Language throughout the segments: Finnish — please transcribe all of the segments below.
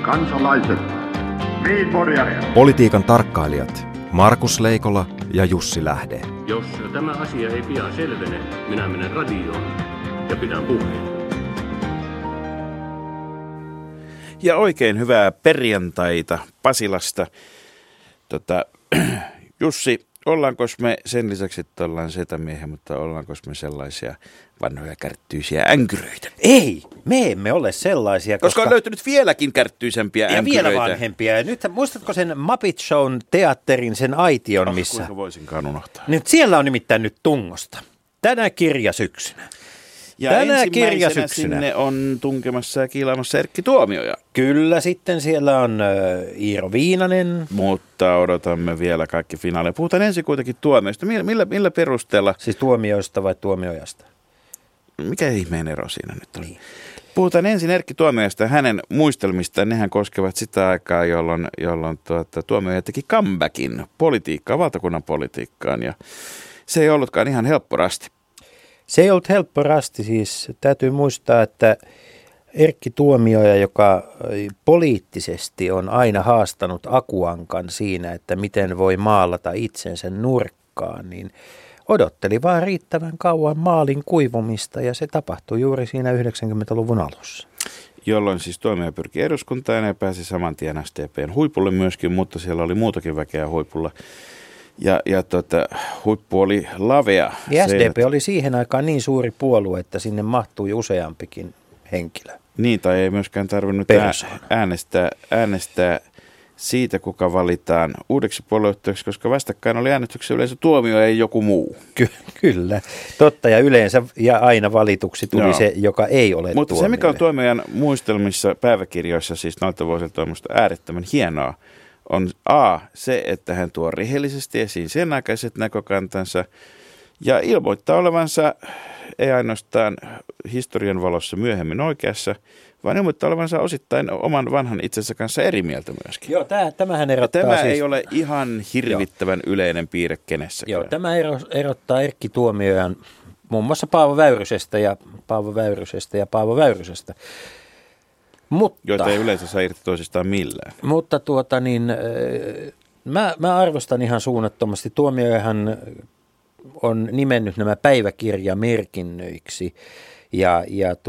kansalaiset, politiikan tarkkailijat Markus Leikola ja Jussi Lähde. Jos tämä asia ei pian selvene, minä menen radioon ja pidän puheen. Ja oikein hyvää perjantaita Pasilasta. Jussi, ollaanko me sen lisäksi, että ollaan setämiehiä, mutta ollaanko me sellaisia vanhoja kärttyisiä änkyröitä? Ei, me emme ole sellaisia, koska on löytynyt vieläkin kärttyisempiä ja änkyröitä. vielä vanhempia. Ja nyt muistatko sen Muppet Shown teatterin, sen aition, missä? Kuinka voisinkaan unohtaa. Nyt siellä on nimittäin nyt tungosta. Tänä kirjasyksynä. Ja ensimmäisenä sinne on tunkemassa ja kiilaamassa Erkki Tuomioja. Kyllä, sitten siellä on Iiro Viinanen. Mutta odotamme vielä kaikki finaaleja. Puhutaan ensin kuitenkin Tuomioista. Millä perusteella? Siis Tuomioista vai Tuomiojasta? Mikä ihmeen ero siinä nyt on? Niin. Puhutaan ensin Erkki Tuomioista ja hänen muistelmistaan. Nehän koskevat sitä aikaa, jolloin Tuomioja teki comebackin politiikkaan, valtakunnan politiikkaan. Ja se ei ollutkaan ihan helppo rasti. Se ei ollut helppo rasti, siis täytyy muistaa, että Erkki Tuomioja, joka poliittisesti on aina haastanut akuankan siinä, että miten voi maalata itsensä nurkkaan, niin odotteli vaan riittävän kauan maalin kuivumista ja se tapahtui juuri siinä 90-luvun alussa. Jolloin siis Tuomioja pyrki eduskuntaan ja pääsi saman tien SDP:n huipulle myöskin, mutta siellä oli muutakin väkeä huipulla. Ja huippu oli lavea. Ja SDP oli siihen aikaan niin suuri puolue, että sinne mahtui useampikin henkilö. Niin, tai ei myöskään tarvinnut äänestää siitä, kuka valitaan uudeksi puoluejohtajaksi, koska vastakkain oli äänestyksessä yleensä Tuomioja ei joku muu. Kyllä, totta, ja yleensä ja aina valituksi tuli se, joka ei ole Mutta Tuomioja. Se, mikä on Tuomiojan muistelmissa päiväkirjoissa, siis noilta vuosilta on minusta äärettömän hienoa, on se, että hän tuo rehellisesti esiin sen aikaiset näkökantansa ja ilmoittaa olevansa ei ainoastaan historian valossa myöhemmin oikeassa, vaan ilmoittaa olevansa osittain oman vanhan itsensä kanssa eri mieltä myöskin. Joo, tämähän erottaa tämä ei ole ihan hirvittävän yleinen piirre kenessäkään. Joo, tämä erottaa Erkki Tuomiojan muun muassa Paavo Väyrysestä ja Paavo Väyrysestä. Joita ei yleensä saa irti toisistaan millään. Mutta mä arvostan ihan suunnattomasti. Tuomiojahan on nimennyt nämä päiväkirjamerkinnöiksi ja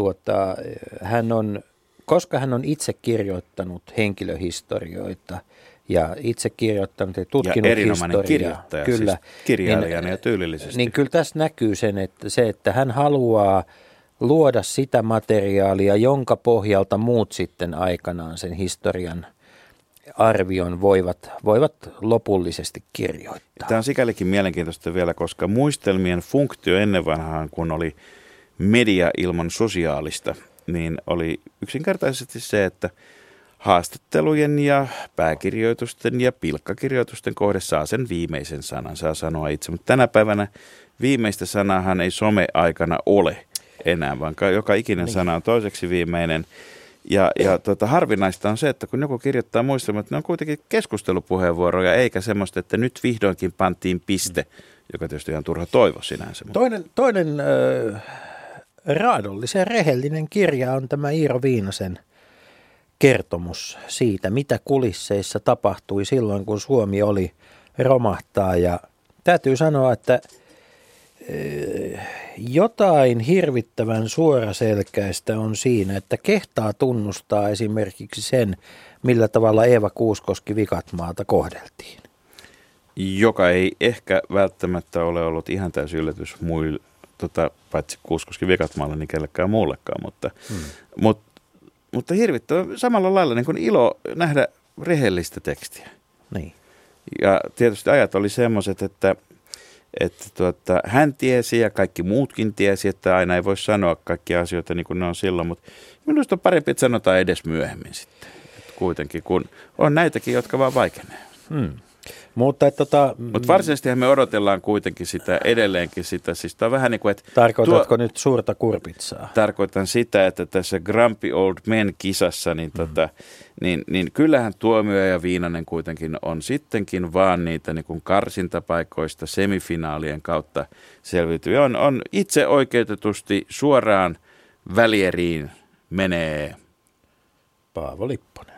koska hän on itse kirjoittanut henkilöhistorioita ja itse kirjoittanut ja tutkinut ja erinomainen historiaa. Kirjoittaja, kyllä, siis kirjailijana ja tyylillisesti. Niin kyllä tässä näkyy että hän haluaa luoda sitä materiaalia, jonka pohjalta muut sitten aikanaan sen historian arvion voivat lopullisesti kirjoittaa. Tämä on sikälikin mielenkiintoista vielä, koska muistelmien funktio ennen vanhaan, kun oli media ilman sosiaalista, niin oli yksinkertaisesti se, että haastattelujen ja pääkirjoitusten ja pilkkakirjoitusten kohde saa sen viimeisen sanan, saa sanoa itse. Mutta tänä päivänä viimeistä sanahan ei some-aikana ole enää, vaan joka ikinen sana on toiseksi viimeinen. Ja harvinaista on se, että kun joku kirjoittaa muistelmat, ne on kuitenkin keskustelupuheenvuoroja, eikä semmoista, että nyt vihdoinkin pantiin piste, joka tietysti ihan turha toivo sinänsä. Toinen raadollisen rehellinen kirja on tämä Iiro Viinasen kertomus siitä, mitä kulisseissa tapahtui silloin, kun Suomi oli romahtaa. Ja täytyy sanoa, että jotain hirvittävän suoraselkäistä on siinä, että kehtaa tunnustaa esimerkiksi sen, millä tavalla Eeva Kuuskoski Vikatmaata kohdeltiin. Joka ei ehkä välttämättä ole ollut ihan täysin yllätys muille, paitsi Kuuskoski Vikatmaalla, niin kellekään muullekaan, mutta hirvittävän samalla lailla niin kuin ilo nähdä rehellistä tekstiä. Niin. Ja tietysti ajat oli semmoiset, että hän tiesi ja kaikki muutkin tiesi, että aina ei voi sanoa kaikkia asioita niin kuin ne on silloin, mutta minusta on parempi, että sanotaan edes myöhemmin sitten. Että kuitenkin, kun on näitäkin, jotka vaan vaikenee. Mutta varsinaisesti me odotellaan kuitenkin sitä edelleenkin sitä. Siis tämä on vähän niin kuin, että tarkoitatko nyt suurta kurpitsaa? Tarkoitan sitä, että tässä Grumpy Old Men-kisassa, niin kyllähän Tuomioja ja Viinanen kuitenkin on sittenkin vaan niitä niin kuin karsintapaikoista semifinaalien kautta selviytyviä. On itse oikeutetusti suoraan välieriin menee Paavo Lipponen.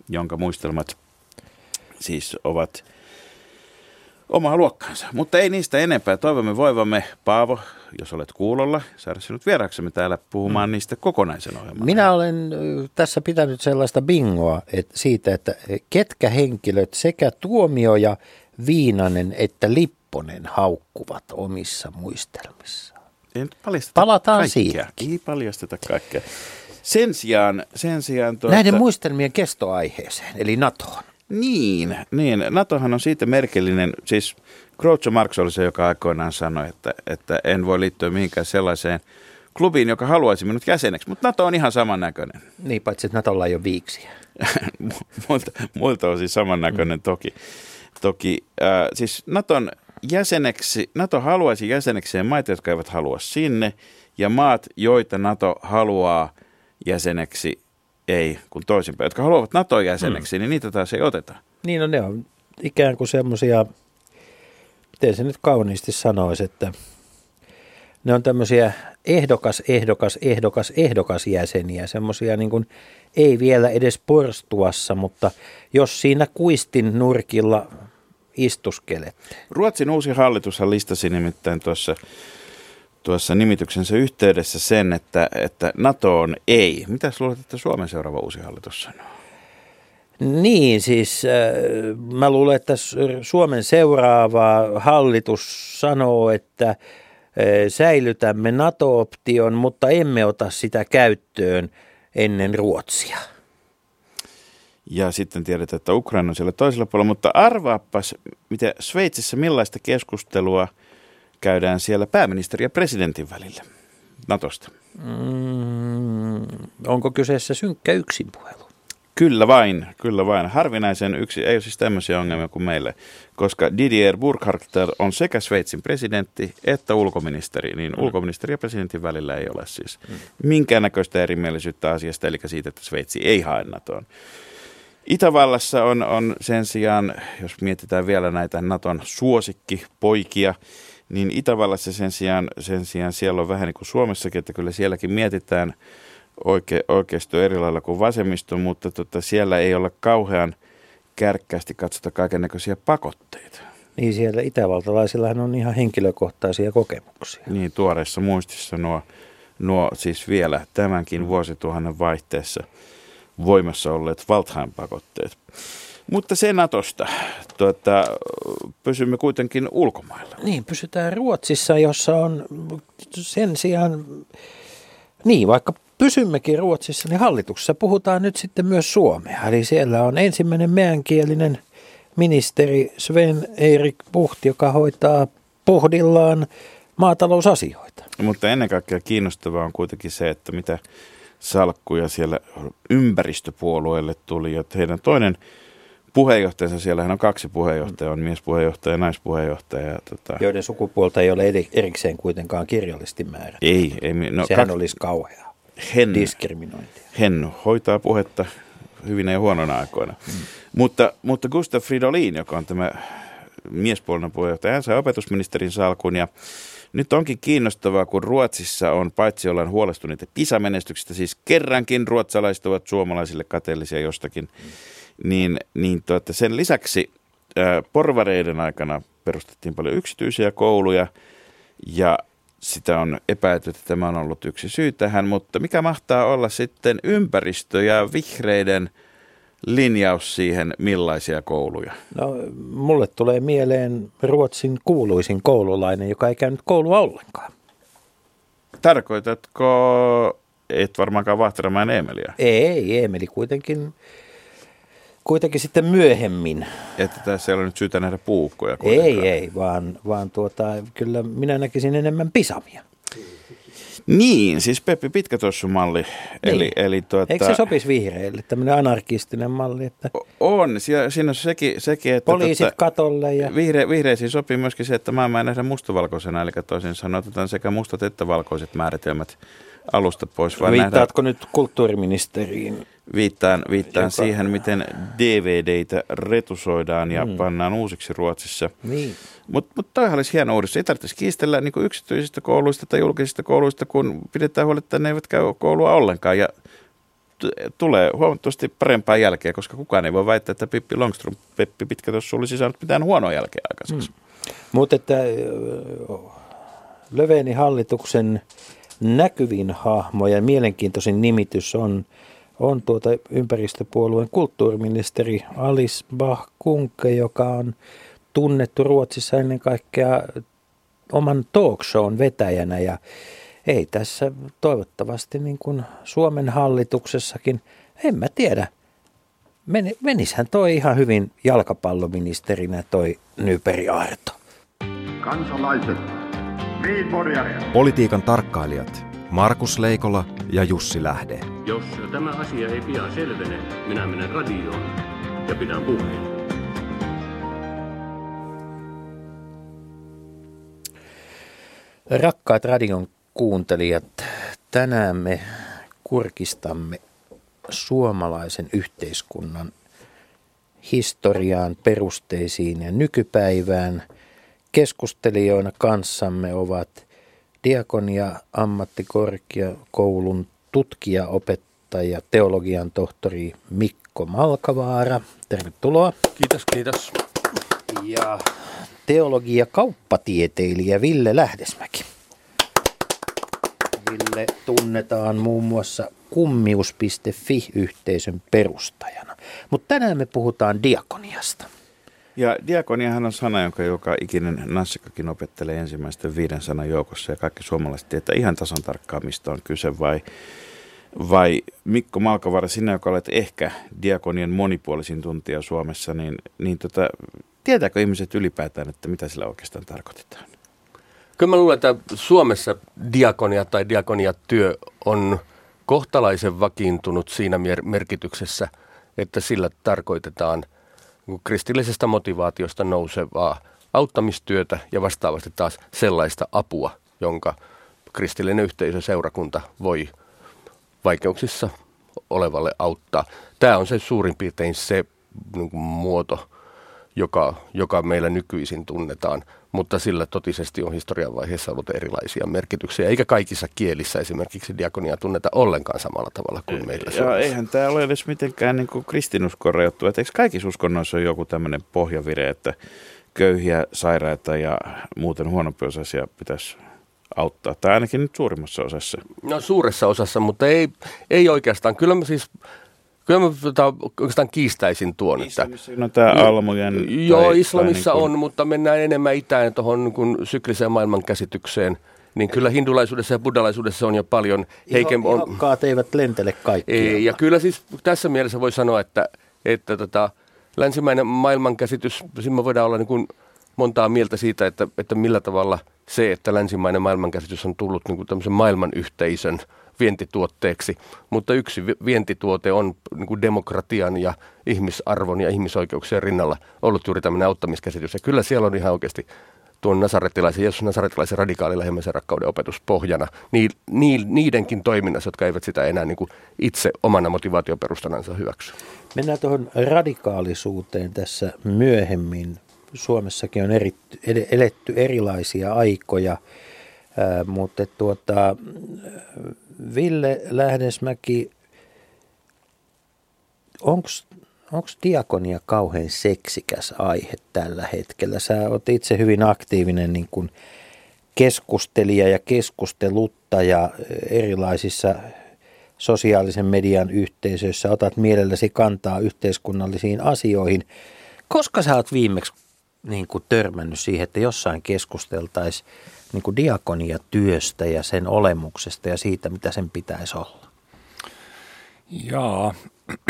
jonka muistelmat siis ovat omaa luokkaansa. Mutta ei niistä enempää. Toivomme voivamme, Paavo, jos olet kuulolla, saada sinut vieraaksemme täällä puhumaan niistä kokonaisen ohjelman. Minä olen tässä pitänyt sellaista bingoa siitä, että ketkä henkilöt sekä Tuomioja, Viinanen että Lipponen haukkuvat omissa muistelmissaan. Ei nyt paljasteta Palataan kaikkea. siihen. Ei paljasteta kaikkea. Sen sijaan näiden muistelmien kestoaiheeseen, eli NATOon. Niin. NATOhan on siitä merkillinen, siis Groucho Marx oli se, joka aikoinaan sanoi, että en voi liittyä mihinkään sellaiseen klubiin, joka haluaisi minut jäseneksi, mutta NATO on ihan samannäköinen. Niin, paitsi että NATOlla ei ole viiksiä. Muilta on siis samannäköinen toki. Siis NATO haluaisi jäsenekseen maita, jotka eivät halua sinne, ja maat, joita NATO haluaa jäseneksi, ei, kun toisinpäin. Jotka haluavat NATO-jäseneksi, niin niitä taas ei oteta. Niin, no ne on ikään kuin semmoisia, miten se nyt kauniisti sanoisi, että ne on tämmöisiä ehdokas jäseniä, semmoisia niin kuin ei vielä edes porstuassa, mutta jos siinä kuistin nurkilla istuskelette. Ruotsin uusi hallitushan listasi nimittäin tuossa nimityksensä yhteydessä sen, että NATO on ei. Mitäs luulet, että Suomen seuraava uusi hallitus sanoo? Niin, siis mä luulen, että Suomen seuraava hallitus sanoo, että säilytämme NATO-option, mutta emme ota sitä käyttöön ennen Ruotsia. Ja sitten tiedetään, että Ukraina on siellä toisella puolella, mutta arvaappas, miten Sveitsissä millaista keskustelua käydään siellä pääministeri ja presidentin välillä NATOsta. Onko kyseessä synkkä yksinpuhelu? Kyllä vain. Harvinaisen yksi, ei ole siis tämmöisiä ongelmia kuin meille, koska Didier Burkhardt on sekä Sveitsin presidentti että ulkoministeri, niin ulkoministeri ja presidentin välillä ei ole siis minkäännäköistä erimielisyyttä asiasta, eli siitä, että Sveitsi ei hae NATOon. Itävallassa on sen sijaan, jos mietitään vielä näitä NATOn suosikkipoikia, niin Itävallassa sen sijaan siellä on vähän niin kuin Suomessakin, että kyllä sielläkin mietitään oikeisto eri lailla kuin vasemmisto, mutta siellä ei ole kauhean kärkkäästi katsota kaikennäköisiä pakotteita. Niin siellä itävaltalaisillahan on ihan henkilökohtaisia kokemuksia. Niin tuoreessa muistissa nuo siis vielä tämänkin vuosituhannen vaihteessa voimassa olleet Waldheim-pakotteet. Mutta se NATOsta, pysymme kuitenkin ulkomailla. Niin, pysytään Ruotsissa, jossa on sen sijaan, niin vaikka pysymmekin Ruotsissa, niin hallituksessa puhutaan nyt sitten myös suomea. Eli siellä on ensimmäinen meänkielinen ministeri Sven-Erik Bucht, joka hoitaa pohdillaan maatalousasioita. Mutta ennen kaikkea kiinnostavaa on kuitenkin se, että mitä salkkuja siellä ympäristöpuolueelle tuli. Ja heidän toinen puheenjohtajansa, siellähän on 2 puheenjohtajaa, on miespuheenjohtaja ja naispuheenjohtaja. Joiden sukupuolta ei ole erikseen kuitenkaan kirjallisesti määrä. Ei. No, sehän olisi kauheaa diskriminointia. Hen hoitaa puhetta hyvinä ja huonona aikoina. Mutta Gustav Fridolin, joka on tämä miespuolinen puheenjohtaja, hän sai opetusministerin salkun ja nyt onkin kiinnostavaa, kun Ruotsissa on, paitsi ollaan huolestuneita PISA-menestyksistä, siis kerrankin ruotsalaiset ovat suomalaisille kateellisia jostakin, niin sen lisäksi porvareiden aikana perustettiin paljon yksityisiä kouluja ja sitä on epäilty, että tämä on ollut yksi syy tähän, mutta mikä mahtaa olla sitten ympäristö- ja vihreiden linjaus siihen, millaisia kouluja? No, mulle tulee mieleen Ruotsin kuuluisin koululainen, joka ei käynyt koulua ollenkaan. Tarkoitatko, et varmaankaan Vahteramäen Eemeliä? Ei, Eemeli kuitenkin sitten myöhemmin. Että tässä ei ole nyt syytä nähdä puukkoja? Ei, vaan kyllä minä näkisin enemmän pisamia. Niin, siis Peppi Pitkätossu-malli. Niin. Eikö se sopisi vihreille, tämmöinen anarkistinen malli? Että on, siinä on sekin, että poliisit katolle. Ja vihreisiin sopii myöskin se, että maailma ei nähdä mustavalkoisena, eli toisin sanoen otetaan sekä mustat että valkoiset määritelmät alusta pois. Viittaatko nyt kulttuuriministeriin? Viittaan siihen, miten DVDitä retusoidaan ja pannaan uusiksi Ruotsissa. Niin. Mutta toihan olisi hieno uudistus. Ei tarvitsisi kiistellä niin yksityisistä kouluista tai julkisista kouluista, kun pidetään huolta, että ne eivät käy koulua ollenkaan. Ja tulee huomattavasti parempaa jälkeä, koska kukaan ei voi väittää, että Pippi Longström, Peppi Pitkätossu olisi saanut mitään huonoa jälkeä aikaiseksi. Mutta että Löfvenin hallituksen näkyvin hahmo ja mielenkiintoisin nimitys on ympäristöpuolueen kulttuuriministeri Alice Bah Kuhnke, joka on tunnettu Ruotsissa ennen kaikkea oman talkshown vetäjänä, ja ei tässä toivottavasti niin kuin Suomen hallituksessakin, en mä tiedä, menishän toi ihan hyvin jalkapalloministerinä toi Nyberg Arto. Kansalaiset, Politiikan tarkkailijat Markus Leikola ja Jussi Lähde. Jos tämä asia ei pian selvene, minä menen radioon ja pidän puheen. Rakkaat radion kuuntelijat, tänään me kurkistamme suomalaisen yhteiskunnan historiaan, perusteisiin ja nykypäivään. Keskustelijoina kanssamme ovat Diakonia ammattikorkeakoulun tutkija-opettaja, teologian tohtori Mikko Malkavaara. Tervetuloa. Kiitos. Ja teologia-kauppatieteilijä Ville Lähdesmäki. Ville tunnetaan muun muassa kummius.fi-yhteisön perustajana. Mutta tänään me puhutaan diakoniasta. Ja diakoniahan on sana, jonka joka ikinen nassikakin opettelee ensimmäisten 5 sanan joukossa, ja kaikki suomalaiset tietää ihan tasan tarkkaan, mistä on kyse. Vai Mikko Malkavaara, sinä, joka olet ehkä diakonien monipuolisin tuntija Suomessa, niin tietääkö ihmiset ylipäätään, että mitä sillä oikeastaan tarkoitetaan? Kyllä mä luulen, että Suomessa diakonia tai diakoniatyö on kohtalaisen vakiintunut siinä merkityksessä, että sillä tarkoitetaan kristillisestä motivaatiosta nousevaa auttamistyötä ja vastaavasti taas sellaista apua, jonka kristillinen yhteisö, seurakunta voi vaikeuksissa olevalle auttaa. Tämä on se suurin piirtein se muoto, joka meillä nykyisin tunnetaan, mutta sillä totisesti on historian vaiheessa ollut erilaisia merkityksiä, eikä kaikissa kielissä esimerkiksi diakonia tunneta ollenkaan samalla tavalla kuin meillä Suomessa. Ja eihän tämä ole edes mitenkään niin kuin kristinuskoon rajoittu, että eikö kaikissa uskonnoissa ole joku tämmöinen pohjavire, että köyhiä, sairaita ja muuten huonompiosaisia pitäisi auttaa, tai ainakin nyt suurimmassa osassa. No suuressa osassa, mutta ei oikeastaan. Kyllä mä oikeastaan kiistäisin tuon. Islamissa on tämä almojen... Joo, islamissa niin kuin on, mutta mennään enemmän itään tuohon niin sykliseen maailmankäsitykseen. Niin kyllä hindulaisuudessa ja buddhalaisuudessa on jo paljon heikempi. Ihokkaat eivät lentele kaikkialla. Ja kyllä siis tässä mielessä voi sanoa, että länsimäinen maailmankäsitys, siinä me voidaan olla niin kuin montaa mieltä siitä, että millä tavalla se, että länsimainen maailmankäsitys on tullut niin kuin tämmöisen maailmanyhteisön vientituotteeksi, mutta yksi vientituote on niin kuin demokratian ja ihmisarvon ja ihmisoikeuksien rinnalla ollut juuri tämmöinen auttamiskäsitys. Ja kyllä siellä on ihan oikeasti tuon nasaretilaisen radikaalin lähimmäisen rakkauden opetus pohjana niidenkin toiminnassa, jotka eivät sitä enää niin kuin itse omana motivaatioperustanansa hyväksy. Mennään tuohon radikaalisuuteen tässä myöhemmin. Suomessakin on eletty erilaisia aikoja, mutta Ville Lähdesmäki, onko diakonia kauhean seksikäs aihe tällä hetkellä? Sä oot itse hyvin aktiivinen niin kuin keskustelija ja keskusteluttaja erilaisissa sosiaalisen median yhteisöissä. Otat mielelläsi kantaa yhteiskunnallisiin asioihin. Koska sä oot viimeksi niin kuin törmännyt siihen, että jossain keskusteltaisiin niin kuin diakoniatyöstä ja sen olemuksesta ja siitä, mitä sen pitäisi olla? Jaa,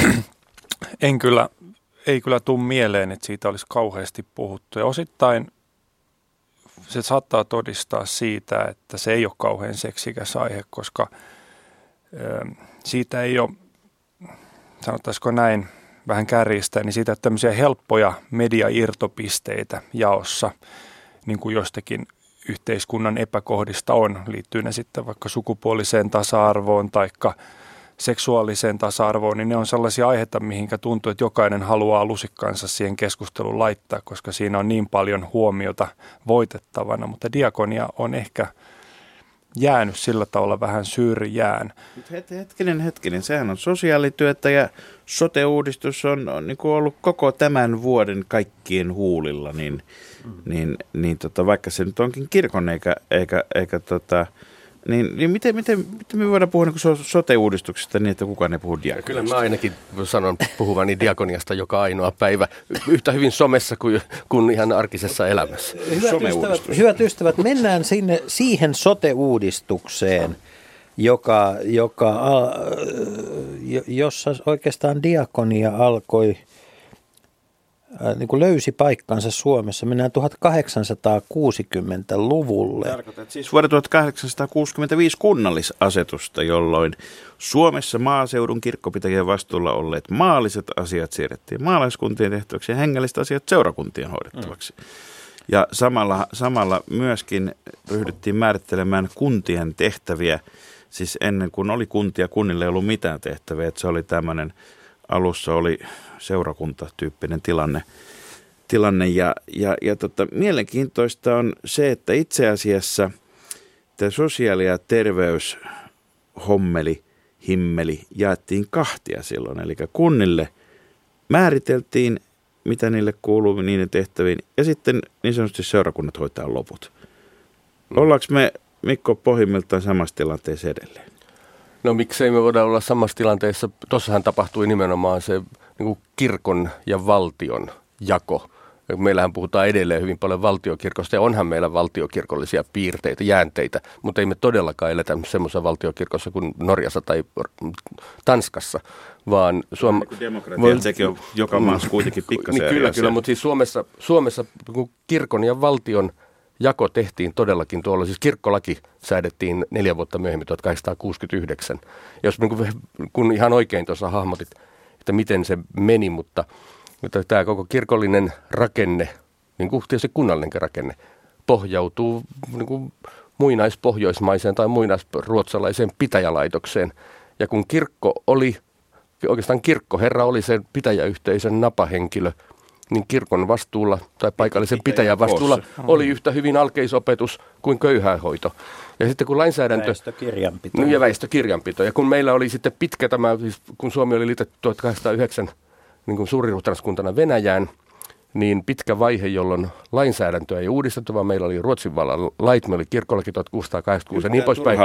ei kyllä tule mieleen, että siitä olisi kauheasti puhuttu. Ja osittain se saattaa todistaa siitä, että se ei ole kauhean seksikäs aihe, koska siitä ei ole, sanottaisiko näin, vähän kärjistä, niin siitä tämmöisiä helppoja mediairtopisteitä jaossa, niin kuin jostakin yhteiskunnan epäkohdista on. Liittyy ne sitten vaikka sukupuoliseen tasa-arvoon tai seksuaaliseen tasa-arvoon, niin ne on sellaisia aiheita, mihinkä tuntuu, että jokainen haluaa lusikkansa siihen keskusteluun laittaa, koska siinä on niin paljon huomiota voitettavana. Mutta diakonia on ehkä jäänyt sillä tavalla vähän syrjään. Hetkinen, sehän on sosiaalityötä ja sote-uudistus on niin kuin ollut koko tämän vuoden kaikkien huulilla, vaikka se nyt onkin kirkon niin miten me voidaan puhua niin sote-uudistuksesta niin, että kukaan ei puhu diakoniasta? Kyllä mä ainakin sanon puhuvani diakoniasta joka ainoa päivä yhtä hyvin somessa kuin ihan arkisessa elämässä. Hyvät ystävät, mennään siihen sote-uudistukseen, jossa oikeastaan diakonia alkoi, niin kuin löysi paikkansa Suomessa. Mennään 1860-luvulle. Tarkoitat siis vuoden 1865 kunnallisasetusta, jolloin Suomessa maaseudun kirkkopitäjien vastuulla olleet maalliset asiat siirrettiin maalaiskuntien tehtäväksi ja hengelliset asiat seurakuntien hoidettavaksi. Ja samalla myöskin ryhdyttiin määrittelemään kuntien tehtäviä, siis ennen kuin oli kuntia, kunnille ei ollut mitään tehtäviä, että se oli tämmöinen, alussa oli seurakuntatyyppinen tilanne ja mielenkiintoista on se, että itse asiassa tämä sosiaali- ja terveyshommeli, himmeli jaettiin kahtia silloin, eli kunnille määriteltiin, mitä niille kuuluu niiden tehtäviin, ja sitten niin sanotusti seurakunnat hoitaa loput. Ollaanko me, Mikko, pohjimmiltaan samassa tilanteessa edelleen? No miksei me voida olla samassa tilanteessa. Tuossahan tapahtui nimenomaan se niin kuin kirkon ja valtion jako. Meillähän puhutaan edelleen hyvin paljon valtiokirkosta ja onhan meillä valtiokirkollisia piirteitä, jäänteitä, mutta ei me todellakaan eletä semmoisessa valtiokirkossa kuin Norjassa tai Tanskassa, vaan demokratia, sekin on joka maassa kuitenkin pikkasen niin kyllä, mutta siis Suomessa kirkon ja valtion jako tehtiin todellakin tuolla, siis kirkkolaki säädettiin 4 vuotta myöhemmin 1869. Jos kun ihan oikein tuossa hahmotit, että miten se meni, mutta tämä koko kirkollinen rakenne, niin kuin tietysti kunnallinenkin rakenne, pohjautuu niin kuin muinaispohjoismaiseen tai muinaisruotsalaiseen pitäjälaitokseen. Ja kun kirkkoherra oli sen pitäjäyhteisön napahenkilö, niin kirkon vastuulla tai paikallisen pitäjän vastuulla oli yhtä hyvin alkeisopetus kuin köyhäinhoito. Ja sitten kun lainsäädäntö... Väestökirjanpito. Ja väestökirjanpito. Ja kun meillä oli sitten pitkä tämä, siis kun Suomi oli liitetty 1809 niin kuin suuriruhtinaskuntana Venäjään, niin pitkä vaihe, jolloin lainsäädäntöä ei uudistettu, vaan meillä oli Ruotsin vallan lait, meillä oli kirkkolaki 1686 ja niin poispäin.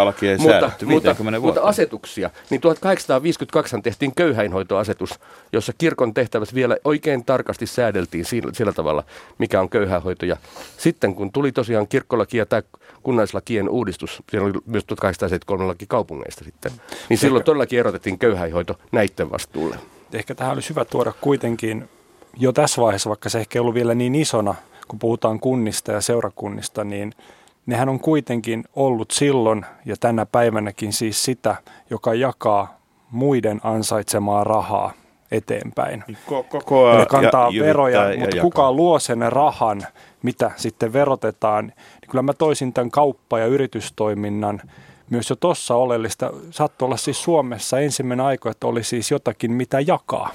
Mutta asetuksia, niin 1852 tehtiin köyhäinhoitoasetus, jossa kirkon tehtävät vielä oikein tarkasti säädeltiin sillä tavalla, mikä on köyhäinhoito. Ja sitten kun tuli tosiaan kirkkolaki ja tämä kunnallislakien uudistus, siellä oli myös 1873 laki kaupungeista sitten, niin silloin todellakin erotettiin köyhäinhoito näiden vastuulle. Ehkä tähän olisi hyvä tuoda kuitenkin jo tässä vaiheessa, vaikka se ehkä ei ollut vielä niin isona, kun puhutaan kunnista ja seurakunnista, niin nehän on kuitenkin ollut silloin ja tänä päivänäkin siis sitä, joka jakaa muiden ansaitsemaa rahaa eteenpäin. Kokoaa ne kantaa ja veroja, mutta kuka luo sen rahan, mitä sitten verotetaan, niin kyllä mä toisin tämän kauppa- ja yritystoiminnan myös jo tuossa oleellista. Saattoi olla siis Suomessa ensimmäinen aika, että oli siis jotakin, mitä jakaa.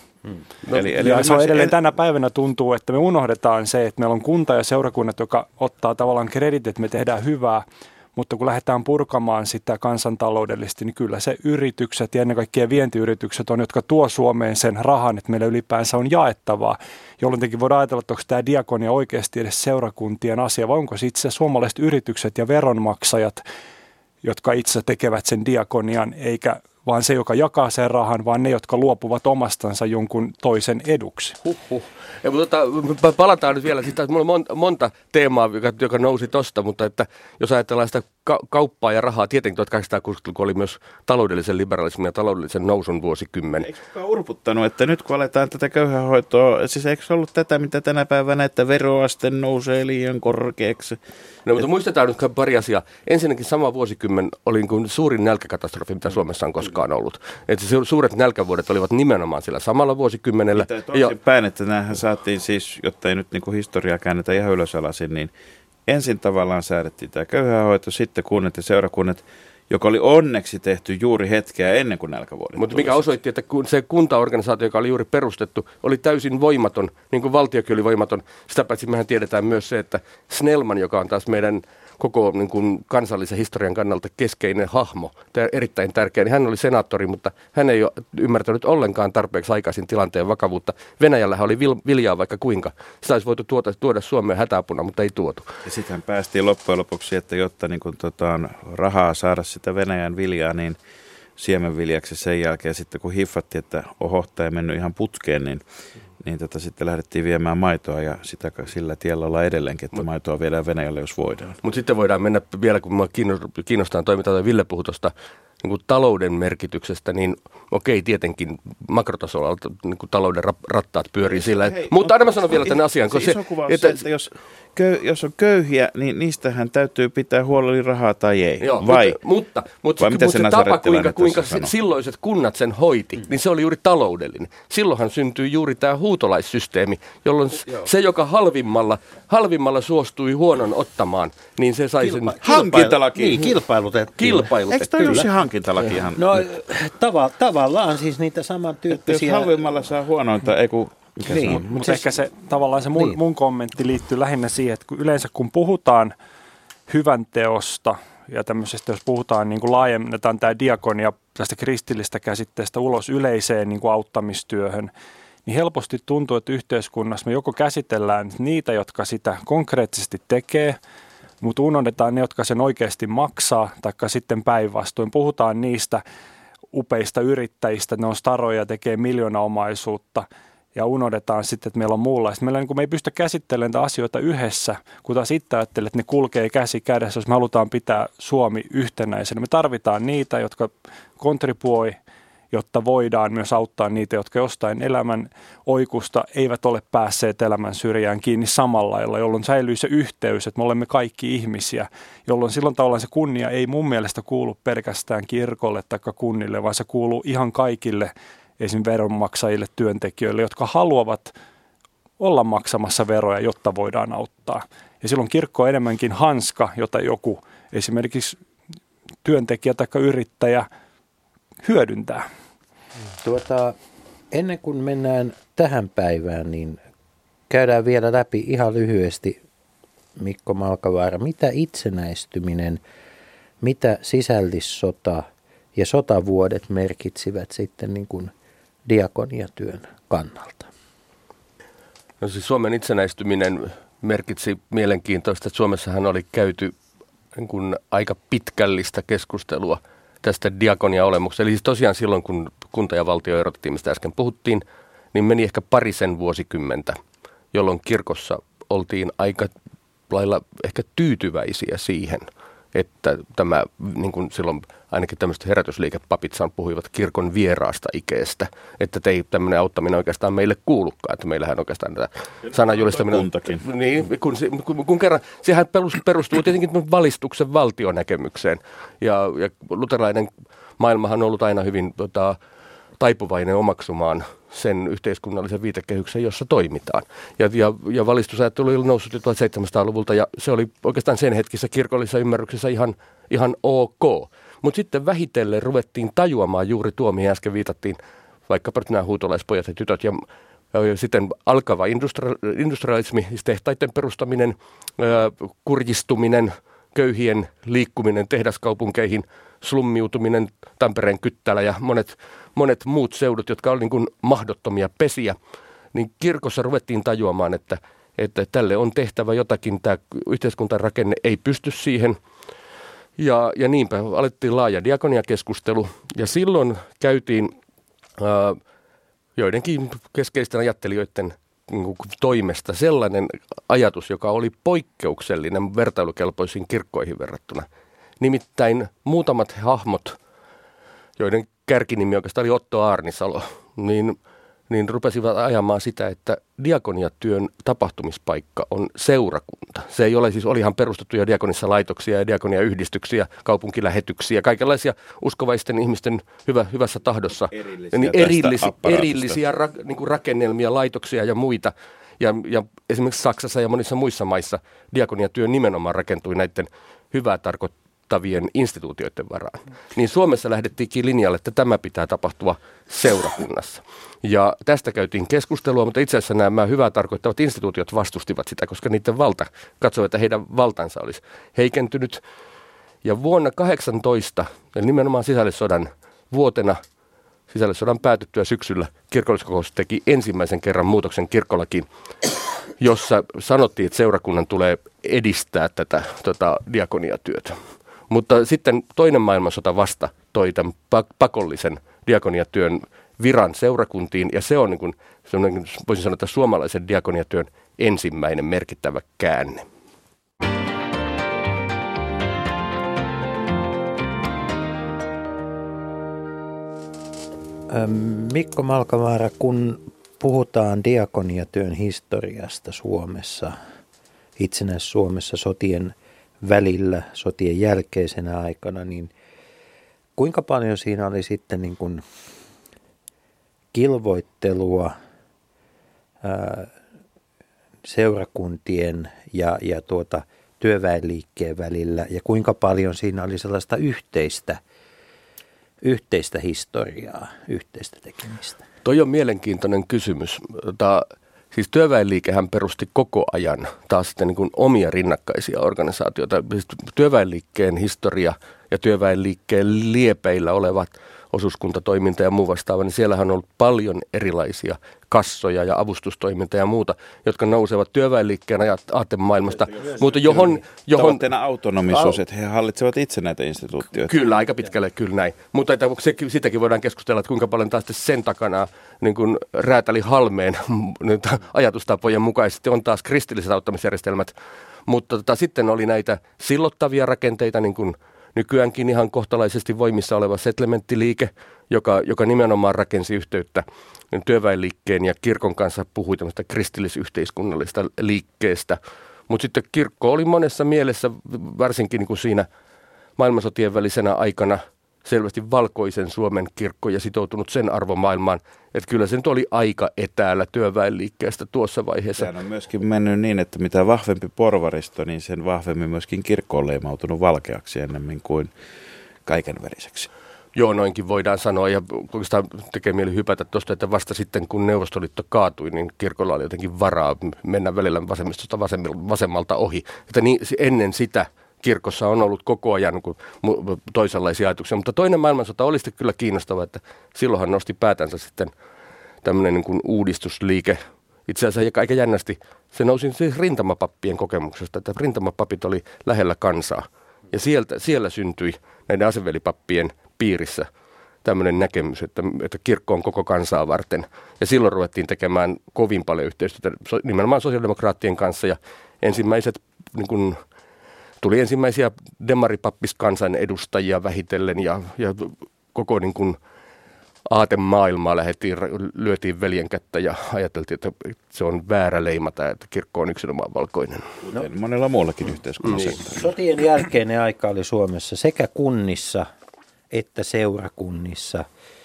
Ja se on edelleen tänä päivänä tuntuu, että me unohdetaan se, että meillä on kunta ja seurakunnat, joka ottaa tavallaan kreditit, että me tehdään hyvää, mutta kun lähdetään purkamaan sitä kansantaloudellisesti, niin kyllä se yritykset ja ennen kaikkea vientiyritykset on, jotka tuo Suomeen sen rahan, että meillä ylipäänsä on jaettavaa, jolloin tietenkin voidaan ajatella, että onko tämä diakonia oikeasti edes seurakuntien asia, vai onko se itse suomalaiset yritykset ja veronmaksajat, jotka itse tekevät sen diakonian, eikä vaan se, joka jakaa sen rahan, vaan ne, jotka luopuvat omastansa jonkun toisen eduksi. Ja, mutta palataan nyt vielä, että mulla on monta teemaa, joka nousi tuosta, mutta että jos ajatellaan sitä kauppaa ja rahaa, tietenkin 1860-luku oli myös taloudellisen liberalismin ja taloudellisen nousun vuosikymmen. Eikö kukaan urputtanut, että nyt kun aletaan tätä köyhähoitoa, siis eikö se ollut tätä, mitä tänä päivänä, että veroaste nousee liian korkeaksi? No, mutta muistetaan nyt pari asiaa. Ensinnäkin sama vuosikymmen oli kuin suurin nälkäkatastrofi, mitä Suomessa on koskaan ollut. Että suuret nälkävuodet olivat nimenomaan sillä samalla vuosikymmenellä. Toisinpäin, että näähän saatiin siis, jotta ei nyt niin kuin historiaa käännetä ihan ylösalasin, niin ensin tavallaan säädettiin tämä köyhähoito, sitten kunnat ja seurakunnat, joka oli onneksi tehty juuri hetkeä ennen kuin nälkävuodet. Mutta mikä osoitti, että se kuntaorganisaatio, joka oli juuri perustettu, oli täysin voimaton, niin kuin valtiokin oli voimaton. Sitä paitsi mehän tiedetään myös se, että Snellman, joka on taas meidän koko niin kuin kansallisen historian kannalta keskeinen hahmo, erittäin tärkeä, niin hän oli senaattori, mutta hän ei ole ymmärtänyt ollenkaan tarpeeksi aikaisin tilanteen vakavuutta. Venäjällähän oli viljaa vaikka kuinka. Sitä olisi voitu tuoda Suomeen hätäapuna, mutta ei tuotu. Ja sitten päästiin loppujen lopuksi, että jotta niin kun, rahaa saada sitä Venäjän viljaa, niin siemenviljaksi sen jälkeen sitten kun hiffattiin, että oho, tämä ei mennyt ihan putkeen, niin sitten lähdettiin viemään maitoa ja sillä tiellä ollaan edelleenkin, että maitoa viedään Venäjälle, jos voidaan. Mutta sitten voidaan mennä vielä, kun minua kiinnostaa toimintaa, Ville puhui tuosta niin kuin talouden merkityksestä, niin okei, tietenkin makrotasolla niin kuin talouden rattaat pyörii sillä. Mutta aina mä sanon vielä tämän asian. Se iso kuva on se, että jos on köyhiä, niin niistähän täytyy pitää huolella rahaa tai ei. Joo, vai se tapa, kuinka silloiset kunnat sen hoiti, niin se oli juuri taloudellinen. Silloinhan syntyi juuri tämä huutolaissysteemi, jolloin se, joka halvimmalla suostui huonon ottamaan, niin se sai sen hankintalaki. Niin, kilpailutettiin. Eikö toi Jussi hankintalaki ihan? No tavallaan siis niitä samantyyppisiä. Jos halvimmalla saa huonointa, ei kun... Niin, mutta ehkä se tavallaan se mun kommentti liittyy lähinnä siihen, että kun puhutaan hyvän teosta ja tämmöisestä, jos puhutaan niin kuin laajennetaan tämä diakonia tästä kristillistä käsitteestä ulos yleiseen niin kuin auttamistyöhön, niin helposti tuntuu, että yhteiskunnassa me joko käsitellään niitä, jotka sitä konkreettisesti tekee, mutta unohdetaan ne, jotka sen oikeasti maksaa, taikka sitten päinvastoin. Puhutaan niistä upeista yrittäjistä, ne on staroja ja tekee miljoonaomaisuutta, ja unohdetaan sitten, että meillä on muunlaista. Me ei pysty käsittelemään näitä asioita yhdessä, kun taas itse ajattelee, että ne kulkee käsi kädessä, jos me halutaan pitää Suomi yhtenäisenä. Me tarvitaan niitä, jotka kontribuoi, jotta voidaan myös auttaa niitä, jotka jostain elämän oikusta eivät ole päässeet elämän syrjään kiinni samalla lailla, jolloin säilyy se yhteys, että me olemme kaikki ihmisiä, jolloin silloin tavallaan se kunnia ei mun mielestä kuulu pelkästään kirkolle tai kunnille, vaan se kuuluu ihan kaikille esimerkiksi veronmaksajille, työntekijöille, jotka haluavat olla maksamassa veroja, jotta voidaan auttaa. Ja silloin kirkko on enemmänkin hanska, jota joku esimerkiksi työntekijä tai yrittäjä hyödyntää. Ennen kuin mennään tähän päivään, niin käydään vielä läpi ihan lyhyesti, Mikko Malkavaara, mitä itsenäistyminen, mitä sisällissota ja sotavuodet merkitsivät sitten niin kuin diakoniatyön kannalta? No siis Suomen itsenäistyminen merkitsi mielenkiintoista, että Suomessahan oli käyty niin kuin aika pitkällistä keskustelua tästä diakonia-olemuksesta. Eli siis tosiaan silloin, kun kunta ja valtio erotettiin, mistä äsken puhuttiin, niin meni ehkä parisen vuosikymmentä, jolloin kirkossa oltiin aika lailla ehkä tyytyväisiä siihen, että tämä, niin kuin silloin ainakin tämmöiset herätysliikepapit puhuivat kirkon vieraasta ikeestä, että tämmöinen auttaminen oikeastaan meille kuulukaan, että meillähän oikeastaan tätä sanajulistaminen... Kuntakin. Niin, kun kerran, sehän perustuu tietenkin valistuksen valtionäkemykseen, ja luterilainen maailmahan on ollut aina hyvin taipuvainen omaksumaan sen yhteiskunnallisen viitekehyksen, jossa toimitaan. Ja valistusajattelu oli noussut jo 1700-luvulta, ja se oli oikeastaan sen hetkisessä kirkollisessa ymmärryksessä ihan ok. Mutta sitten vähitellen ruvettiin tajuamaan juuri tuo, mihin äsken viitattiin, vaikkapa nämä huutolaispojat ja tytöt, ja sitten alkava industrialismi, siis tehtaiden perustaminen, kurjistuminen, köyhien liikkuminen tehdaskaupunkeihin, slummiutuminen, Tampereen Kyttälä ja monet muut seudut, jotka olivat niin kuin mahdottomia pesiä, niin kirkossa ruvettiin tajuamaan, että tälle on tehtävä jotakin, tämä yhteiskuntarakenne ei pysty siihen. Ja niinpä alettiin laaja diakoniakeskustelu, ja silloin käytiin joidenkin keskeisten ajattelijoiden toimesta sellainen ajatus, joka oli poikkeuksellinen vertailukelpoisiin kirkkoihin verrattuna. Nimittäin muutamat hahmot, joiden kärkinimi oikeastaan oli Otto Aarnisalo, niin rupesivat ajamaan sitä, että diakoniatyön tapahtumispaikka on seurakunta. Se ei ole siis, olihan perustettuja diakonissa laitoksia ja diakoniayhdistyksiä, kaupunkilähetyksiä, kaikenlaisia uskovaisten ihmisten hyvässä tahdossa. Erillisiä niin kuin rakennelmia, laitoksia ja muita. Ja esimerkiksi Saksassa ja monissa muissa maissa diakoniatyö nimenomaan rakentui näiden hyvää silottavien instituutioiden varaan. Niin Suomessa lähdettiinkin linjalle, että tämä pitää tapahtua seurakunnassa. Ja tästä käytiin keskustelua, mutta itse asiassa nämä hyvää tarkoittavat instituutiot vastustivat sitä, koska niiden valta katsoi, että heidän valtansa olisi heikentynyt. Ja vuonna 18, eli nimenomaan sisällissodan vuotena, sisällissodan päätyttyä syksyllä, kirkolliskokous teki ensimmäisen kerran muutoksen kirkkolakiin, jossa sanottiin, että seurakunnan tulee edistää tätä diakoniatyötä. Mutta sitten toinen maailmansota vasta toi tämän pakollisen diakoniatyön viran seurakuntiin, ja se on, niin kuin, voisin sanoa, että suomalaisen diakoniatyön ensimmäinen merkittävä käänne. Mikko Malkavaara, kun puhutaan diakoniatyön historiasta Suomessa, itsenäis-Suomessa sotien välillä, sotien jälkeisenä aikana, niin kuinka paljon siinä oli sitten niin kuin kilvoittelua seurakuntien ja työväenliikkeen välillä, ja kuinka paljon siinä oli sellaista yhteistä historiaa, yhteistä tekemistä? Toi on mielenkiintoinen kysymys. Siis työväenliikehän perusti koko ajan taas sitten niin kuin omia rinnakkaisia organisaatioita. Siis työväenliikkeen historia ja työväenliikkeen liepeillä olevat osuuskuntatoiminta ja muu vastaava, niin siellähän on ollut paljon erilaisia kassoja ja avustustoimintaa ja muuta, jotka nousevat työväenliikkeen aatemaailmasta, mutta johon tavoitteena autonomisuus, että he hallitsevat itse näitä instituutioita. Kyllä, aika pitkälle kyllä näin. Mutta että sitäkin voidaan keskustella, että kuinka paljon taas sen takana niin kuin Räätäli Halmeen ajatustapojen mukaisesti on taas kristilliset auttamisjärjestelmät. Mutta sitten oli näitä sillottavia rakenteita, niin kuin nykyäänkin ihan kohtalaisesti voimissa oleva settlementtiliike, joka nimenomaan rakensi yhteyttä työväenliikkeen ja kirkon kanssa, puhui tämmöistä kristillisyhteiskunnallista liikkeestä. Mutta sitten kirkko oli monessa mielessä, varsinkin niin kuin siinä maailmansotien välisenä aikana, selvästi valkoisen Suomen kirkko ja sitoutunut sen arvomaailmaan, että kyllä se nyt oli aika etäällä työväenliikkeestä tuossa vaiheessa. Sehän on myöskin mennyt niin, että mitä vahvempi porvaristo, niin sen vahvemmin myöskin kirkko on leimautunut valkeaksi ennemmin kuin kaikenveriseksi. Joo, noinkin voidaan sanoa, ja oikeastaan tekee mieli hypätä tuosta, että vasta sitten kun Neuvostoliitto kaatui, niin kirkolla oli jotenkin varaa mennä välillä vasemmistosta vasemmalta ohi. Että niin, ennen sitä kirkossa on ollut koko ajan toisenlaisia ajatuksia, mutta toinen maailmansota oli sitten kyllä kiinnostava, että silloinhan nosti päätänsä sitten tämmöinen niin kuin uudistusliike. Itse asiassa aika jännästi se nousi siis rintamapappien kokemuksesta, että rintamapapit oli lähellä kansaa, ja siellä syntyi näiden asevelipappien piirissä tämmöinen näkemys, että kirkko on koko kansaa varten, ja silloin ruvettiin tekemään kovin paljon yhteistyötä nimenomaan sosiaalidemokraattien kanssa, ja ensimmäiset niin kuin tuli ensimmäisiä demaripappiskansan edustajia vähitellen ja koko niin kuin aatemaailmaa lyötiin veljen kättä ja ajateltiin, että se on väärä leimata, että kirkko on yksinomaan valkoinen. No, monella muullakin yhteiskunnan sektorilla. Sotien jälkeinen aika oli Suomessa sekä kunnissa että seurakunnissa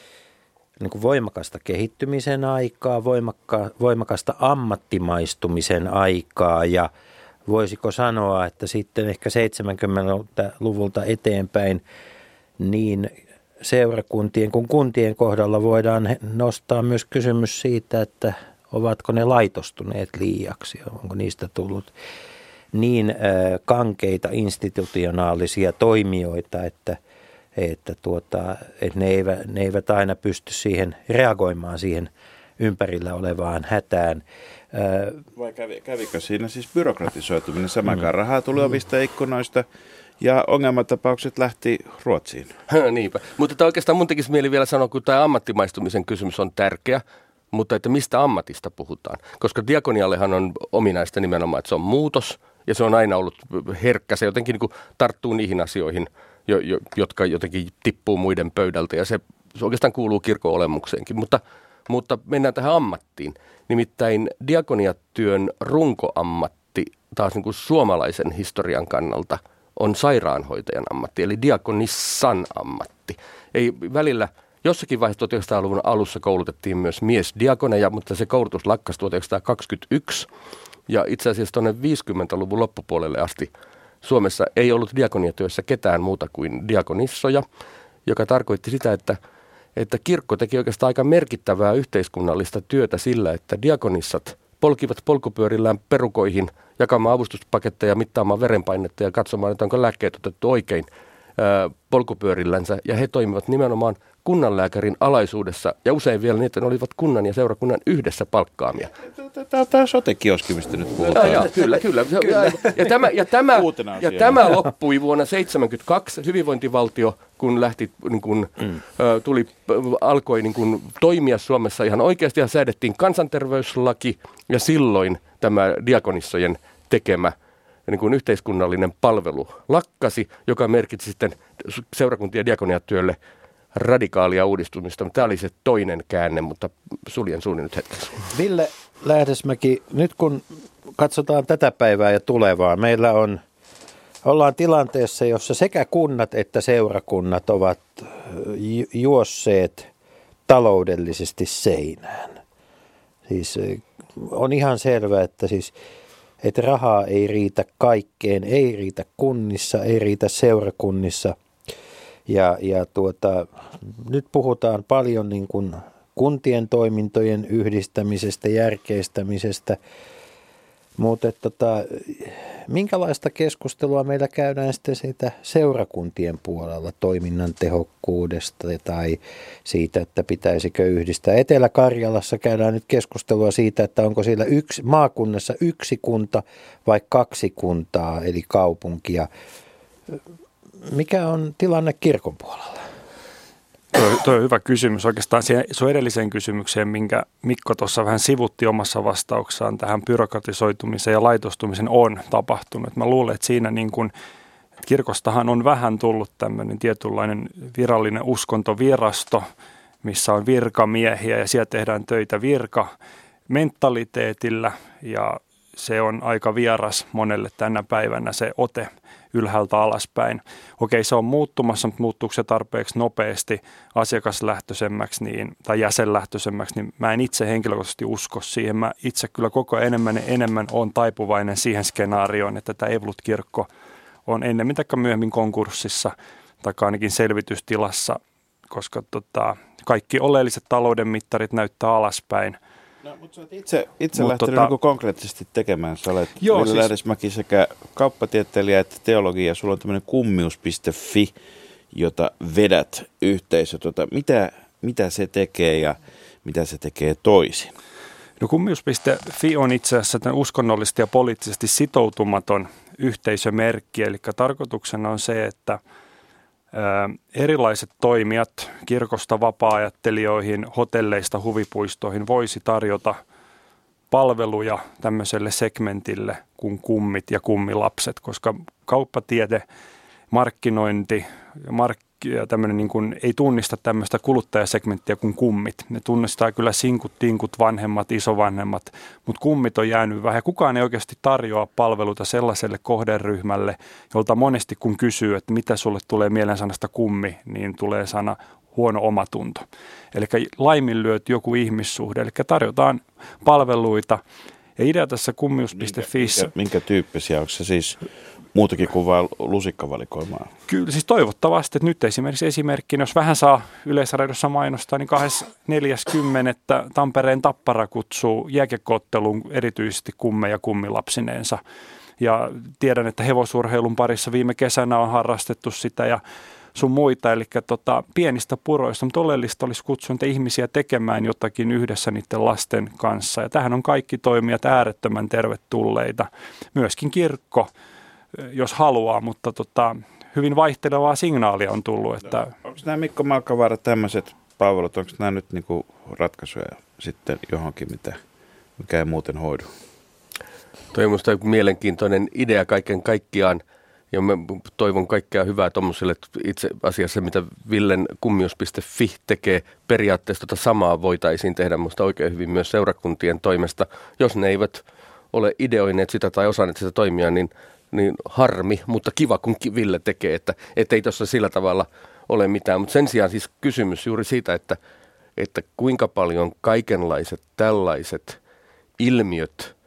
niin kuin voimakasta kehittymisen aikaa, voimakasta ammattimaistumisen aikaa, ja voisiko sanoa, että sitten ehkä 70-luvulta eteenpäin niin seurakuntien kuin kuntien kohdalla voidaan nostaa myös kysymys siitä, että ovatko ne laitostuneet liiaksi, onko niistä tullut niin kankeita institutionaalisia toimijoita, että ne eivät aina pysty siihen reagoimaan siihen ympärillä olevaan hätään. Vai kävikö siinä siis byrokratisoituminen? Samankaan rahaa tuli ovista ikkunoista ja ongelmatapaukset lähti Ruotsiin. Niinpä. Mutta oikeastaan mun tekisi mieli vielä sanoa, kun tämä ammattimaistumisen kysymys on tärkeä, mutta että mistä ammatista puhutaan. Koska diakoniallehan on ominaista nimenomaan, että se on muutos ja se on aina ollut herkkä. Se jotenkin niin kuin tarttuu niihin asioihin, jotka jotenkin tippuu muiden pöydältä, ja se oikeastaan kuuluu kirkon olemukseenkin. Mutta mennään tähän ammattiin. Nimittäin diakoniatyön runkoammatti taas niin kuin suomalaisen historian kannalta on sairaanhoitajan ammatti, eli diakonissan ammatti. Ei välillä, jossakin vaiheessa 1900-luvun alussa koulutettiin myös miesdiakoneja, mutta se koulutus lakkasi 1921, ja itse asiassa tuonne 50-luvun loppupuolelle asti Suomessa ei ollut diakoniatyössä ketään muuta kuin diakonissoja, joka tarkoitti sitä, että kirkko teki oikeastaan aika merkittävää yhteiskunnallista työtä sillä, että diakonissat polkivat polkupyörillään perukoihin jakamaan avustuspaketteja, mittaamaan verenpainetta ja katsomaan, että onko lääkkeet otettu oikein polkupyörillänsä. Ja he toimivat nimenomaan kunnanlääkärin alaisuudessa ja usein vielä niin, että ne olivat kunnan ja seurakunnan yhdessä palkkaamia. Tämä sote-kioski, mistä nyt puhutaan. Kyllä. Ja tämä loppui vuonna 1972 hyvinvointivaltio, kun alkoi toimia Suomessa ihan oikeasti ja säädettiin kansanterveyslaki ja silloin tämä diakonissojen tekemä yhteiskunnallinen palvelu lakkasi, joka merkitsi sitten seurakuntien diakoniatyölle radikaalia uudistumista. Tämä oli se toinen käänne, mutta suljen suuni nyt hetkeksi. Ville Lähdesmäki, nyt kun katsotaan tätä päivää ja tulevaa, ollaan tilanteessa, jossa sekä kunnat että seurakunnat ovat juosseet taloudellisesti seinään. Siis on ihan selvää, että rahaa ei riitä kaikkeen, ei riitä kunnissa, ei riitä seurakunnissa. Nyt puhutaan paljon niin kuin kuntien toimintojen yhdistämisestä, järkeistämisestä, mutta minkälaista keskustelua meillä käydään sitten siitä seurakuntien puolella toiminnan tehokkuudesta tai siitä, että pitäisikö yhdistää. Etelä-Karjalassa käydään nyt keskustelua siitä, että onko siellä maakunnassa yksi kunta vai 2 kuntaa, eli kaupunkia. Mikä on tilanne kirkon puolella? Tuo on hyvä kysymys. Oikeastaan se on edelliseen kysymykseen, minkä Mikko tuossa vähän sivutti omassa vastauksessaan tähän byrokratisoitumisen ja laitostumisen on tapahtunut. Mä luulen, että siinä kirkostahan on vähän tullut tämmöinen tietynlainen virallinen uskontovirasto, missä on virkamiehiä ja siellä tehdään töitä virkamentaliteetillä ja se on aika vieras monelle tänä päivänä se ote ylhäältä alaspäin. Okei, se on muuttumassa, mutta muuttuuko se tarpeeksi nopeasti asiakaslähtöisemmäksi tai jäsenlähtöisemmäksi, niin mä en itse henkilökohtaisesti usko siihen. Mä itse kyllä koko ajan enemmän on taipuvainen siihen skenaarioon, että tämä Evolut-kirkko on ennemmin tai myöhemmin konkurssissa tai ainakin selvitystilassa, koska kaikki oleelliset talouden mittarit näyttää alaspäin. No, mutta sä olet itse lähtenyt konkreettisesti tekemään. Sä olet Ville Lähdesmäki sekä kauppatieteilijä että teologia. Sulla on tämmöinen kummius.fi, jota vedät yhteisö. Mitä se tekee ja mitä se tekee toisin? No, kummius.fi on itse asiassa uskonnollisesti ja poliittisesti sitoutumaton yhteisömerkki. Eli tarkoituksena on se, että erilaiset toimijat kirkosta vapaa-ajattelijoihin, hotelleista huvipuistoihin voisi tarjota palveluja tämmöiselle segmentille kuin kummit ja kummilapset, koska kauppatiede, markkinointi ja tämmöinen ei tunnista tämmöistä kuluttajasegmenttiä kuin kummit. Ne tunnistaa kyllä sinkut, tinkut, vanhemmat, isovanhemmat, mutta kummit on jäänyt vähän. Kukaan ei oikeasti tarjoa palveluita sellaiselle kohderyhmälle, jolta monesti kun kysyy, että mitä sulle tulee mieleen sanasta kummi, niin tulee sana huono omatunto. Eli laiminlyöt joku ihmissuhde, eli tarjotaan palveluita. Ja idea tässä kummius.fiissä. Minkä tyyppisiä? Onko se siis muutakin kuin vain lusikkavalikoimaa? Kyllä, siis toivottavasti, että nyt esimerkkinä, jos vähän saa Yleisradiossa mainostaa, niin 24.10. Tampereen Tappara kutsuu jääkiekko-otteluun erityisesti kummeja kummilapsineensa. Ja tiedän, että hevosurheilun parissa viime kesänä on harrastettu sitä ja sun muita, eli pienistä puroista, mutta oleellista olisi kutsua ihmisiä tekemään jotakin yhdessä niiden lasten kanssa. Ja tähän on kaikki toimijat äärettömän tervetulleita. Myöskin kirkko, jos haluaa, mutta hyvin vaihtelevaa signaalia on tullut. Että onko nämä Mikko Malkavaara tämmöiset palvelut, onko nämä nyt niinku ratkaisuja sitten johonkin, mikä ei muuten hoidu? Toi on minusta mielenkiintoinen idea kaiken kaikkiaan. Ja mä toivon kaikkea hyvää tuommoiselle itse asiassa, mitä Villen kummius.fi tekee. Periaatteessa samaa voitaisiin tehdä minusta oikein hyvin myös seurakuntien toimesta. Jos ne eivät ole ideoineet sitä tai osanneet sitä toimia, niin harmi, mutta kiva kun Ville tekee, että ei tuossa sillä tavalla ole mitään. Mutta sen sijaan siis kysymys juuri siitä, että kuinka paljon kaikenlaiset tällaiset ilmiöt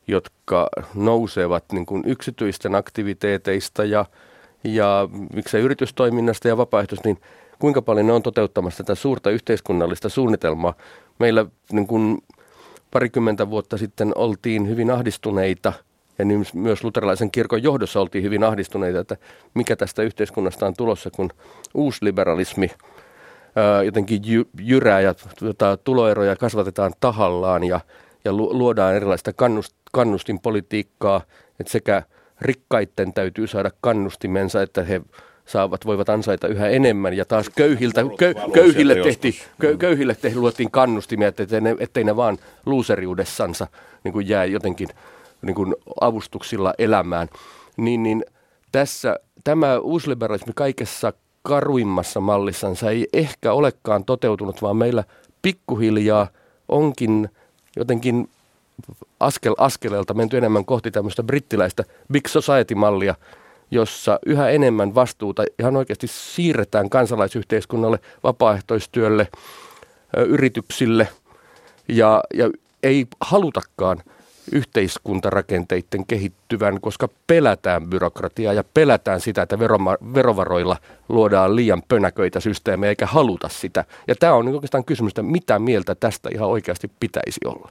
jotka nousevat niin kuin yksityisten aktiviteeteista ja miksei yritystoiminnasta ja vapaaehtoista, niin kuinka paljon ne on toteuttamassa tätä suurta yhteiskunnallista suunnitelmaa. Meillä niin kuin parikymmentä vuotta sitten oltiin hyvin ahdistuneita, ja niin myös luterilaisen kirkon johdossa oltiin hyvin ahdistuneita, että mikä tästä yhteiskunnasta on tulossa, kun uusliberalismi jotenkin jyrää ja tuloeroja kasvatetaan tahallaan ja luodaan erilaista kannustinpolitiikkaa, että sekä rikkaiden täytyy saada kannustimensa, että he voivat ansaita yhä enemmän, ja taas köyhille luotiin kannustimia, ettei ne vaan luuseriudessansa niin kuin jää jotenkin niin kuin avustuksilla elämään. Niin tässä tämä uusliberalismi kaikessa karuimmassa mallissansa ei ehkä olekaan toteutunut, vaan meillä pikkuhiljaa onkin jotenkin askeleelta menty enemmän kohti tämmöistä brittiläistä Big Society-mallia, jossa yhä enemmän vastuuta ihan oikeasti siirretään kansalaisyhteiskunnalle, vapaaehtoistyölle, yrityksille ja ei halutakaan yhteiskuntarakenteiden kehittyvän, koska pelätään byrokratiaa ja pelätään sitä, että verovaroilla luodaan liian pönäköitä systeemejä eikä haluta sitä. Ja tämä on oikeastaan kysymys, että mitä mieltä tästä ihan oikeasti pitäisi olla.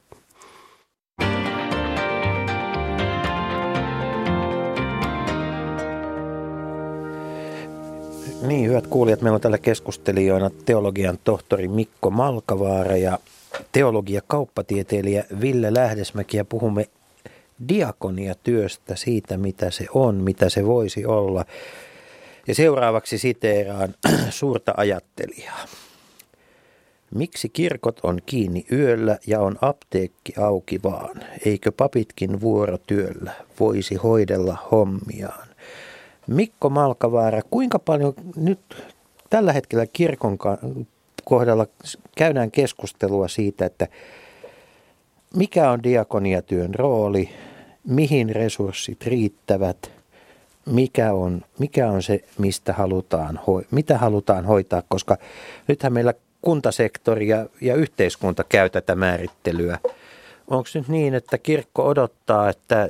Niin, hyvät kuulijat, meillä on täällä keskustelijoina teologian tohtori Mikko Malkavaara ja teologia-kauppatieteilijä Ville Lähdesmäki, ja puhumme diakoniatyöstä, siitä mitä se on, mitä se voisi olla. Ja seuraavaksi siteeraan suurta ajattelijaa. Miksi kirkot on kiinni yöllä ja on apteekki auki vaan? Eikö papitkin vuorotyöllä voisi hoidella hommiaan? Mikko Malkavaara, kuinka paljon nyt tällä hetkellä kirkon kohdalla käydään keskustelua siitä, että mikä on diakoniatyön rooli, mihin resurssit riittävät, mikä on se, mitä halutaan hoitaa, koska nythän meillä kuntasektori ja yhteiskunta käy tätä määrittelyä. Onko nyt niin, että kirkko odottaa, että...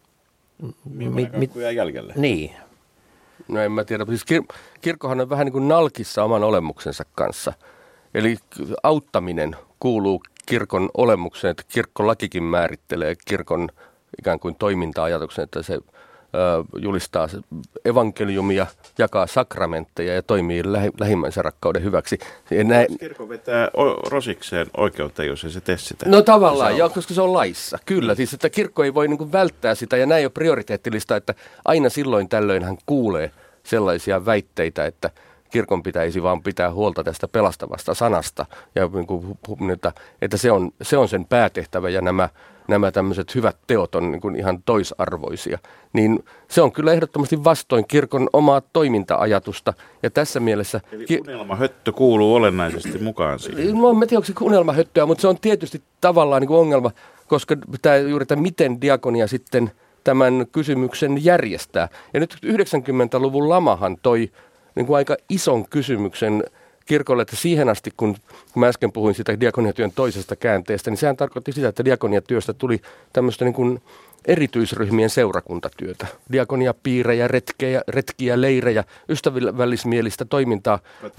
jää jäljelle? Niin. No en mä tiedä. Siis kirkkohan on vähän niin kuin nalkissa oman olemuksensa kanssa. Eli auttaminen kuuluu kirkon olemukseen, että kirkkolakikin määrittelee kirkon ikään kuin toiminta-ajatuksen, että se julistaa evankeliumia, jakaa sakramentteja ja toimii lähimmäisen rakkauden hyväksi. Kirkko vetää rosikseen oikeutta, jos ei se tee sitä. No tavallaan, joo, koska se on laissa. Kyllä, siis että kirkko ei voi niin kuin välttää sitä, ja näin ei ole prioriteettilista, että aina silloin tällöin hän kuulee sellaisia väitteitä, että kirkon pitäisi vaan pitää huolta tästä pelastavasta sanasta, ja niin kuin, että se on sen päätehtävä, ja nämä tämmöiset hyvät teot on niin kuin ihan toisarvoisia. Niin se on kyllä ehdottomasti vastoin kirkon omaa toiminta-ajatusta, ja tässä mielessä... Eli unelmahöttö kuuluu olennaisesti mukaan siihen. No en tiedä, onko se unelmahöttöä, mutta se on tietysti tavallaan niin kuin ongelma, koska juuri miten diakonia sitten tämän kysymyksen järjestää. Ja nyt 90-luvun lamahan toi niin kuin aika ison kysymyksen kirkolle, että siihen asti, kun mä äsken puhuin siitä diakoniatyön toisesta käänteestä, niin sehän tarkoitti sitä, että diakoniatyöstä tuli tämmöistä niin kuin erityisryhmien seurakuntatyötä. Diakoniapiirejä, retkiä, leirejä, ystävällismielistä toimintaa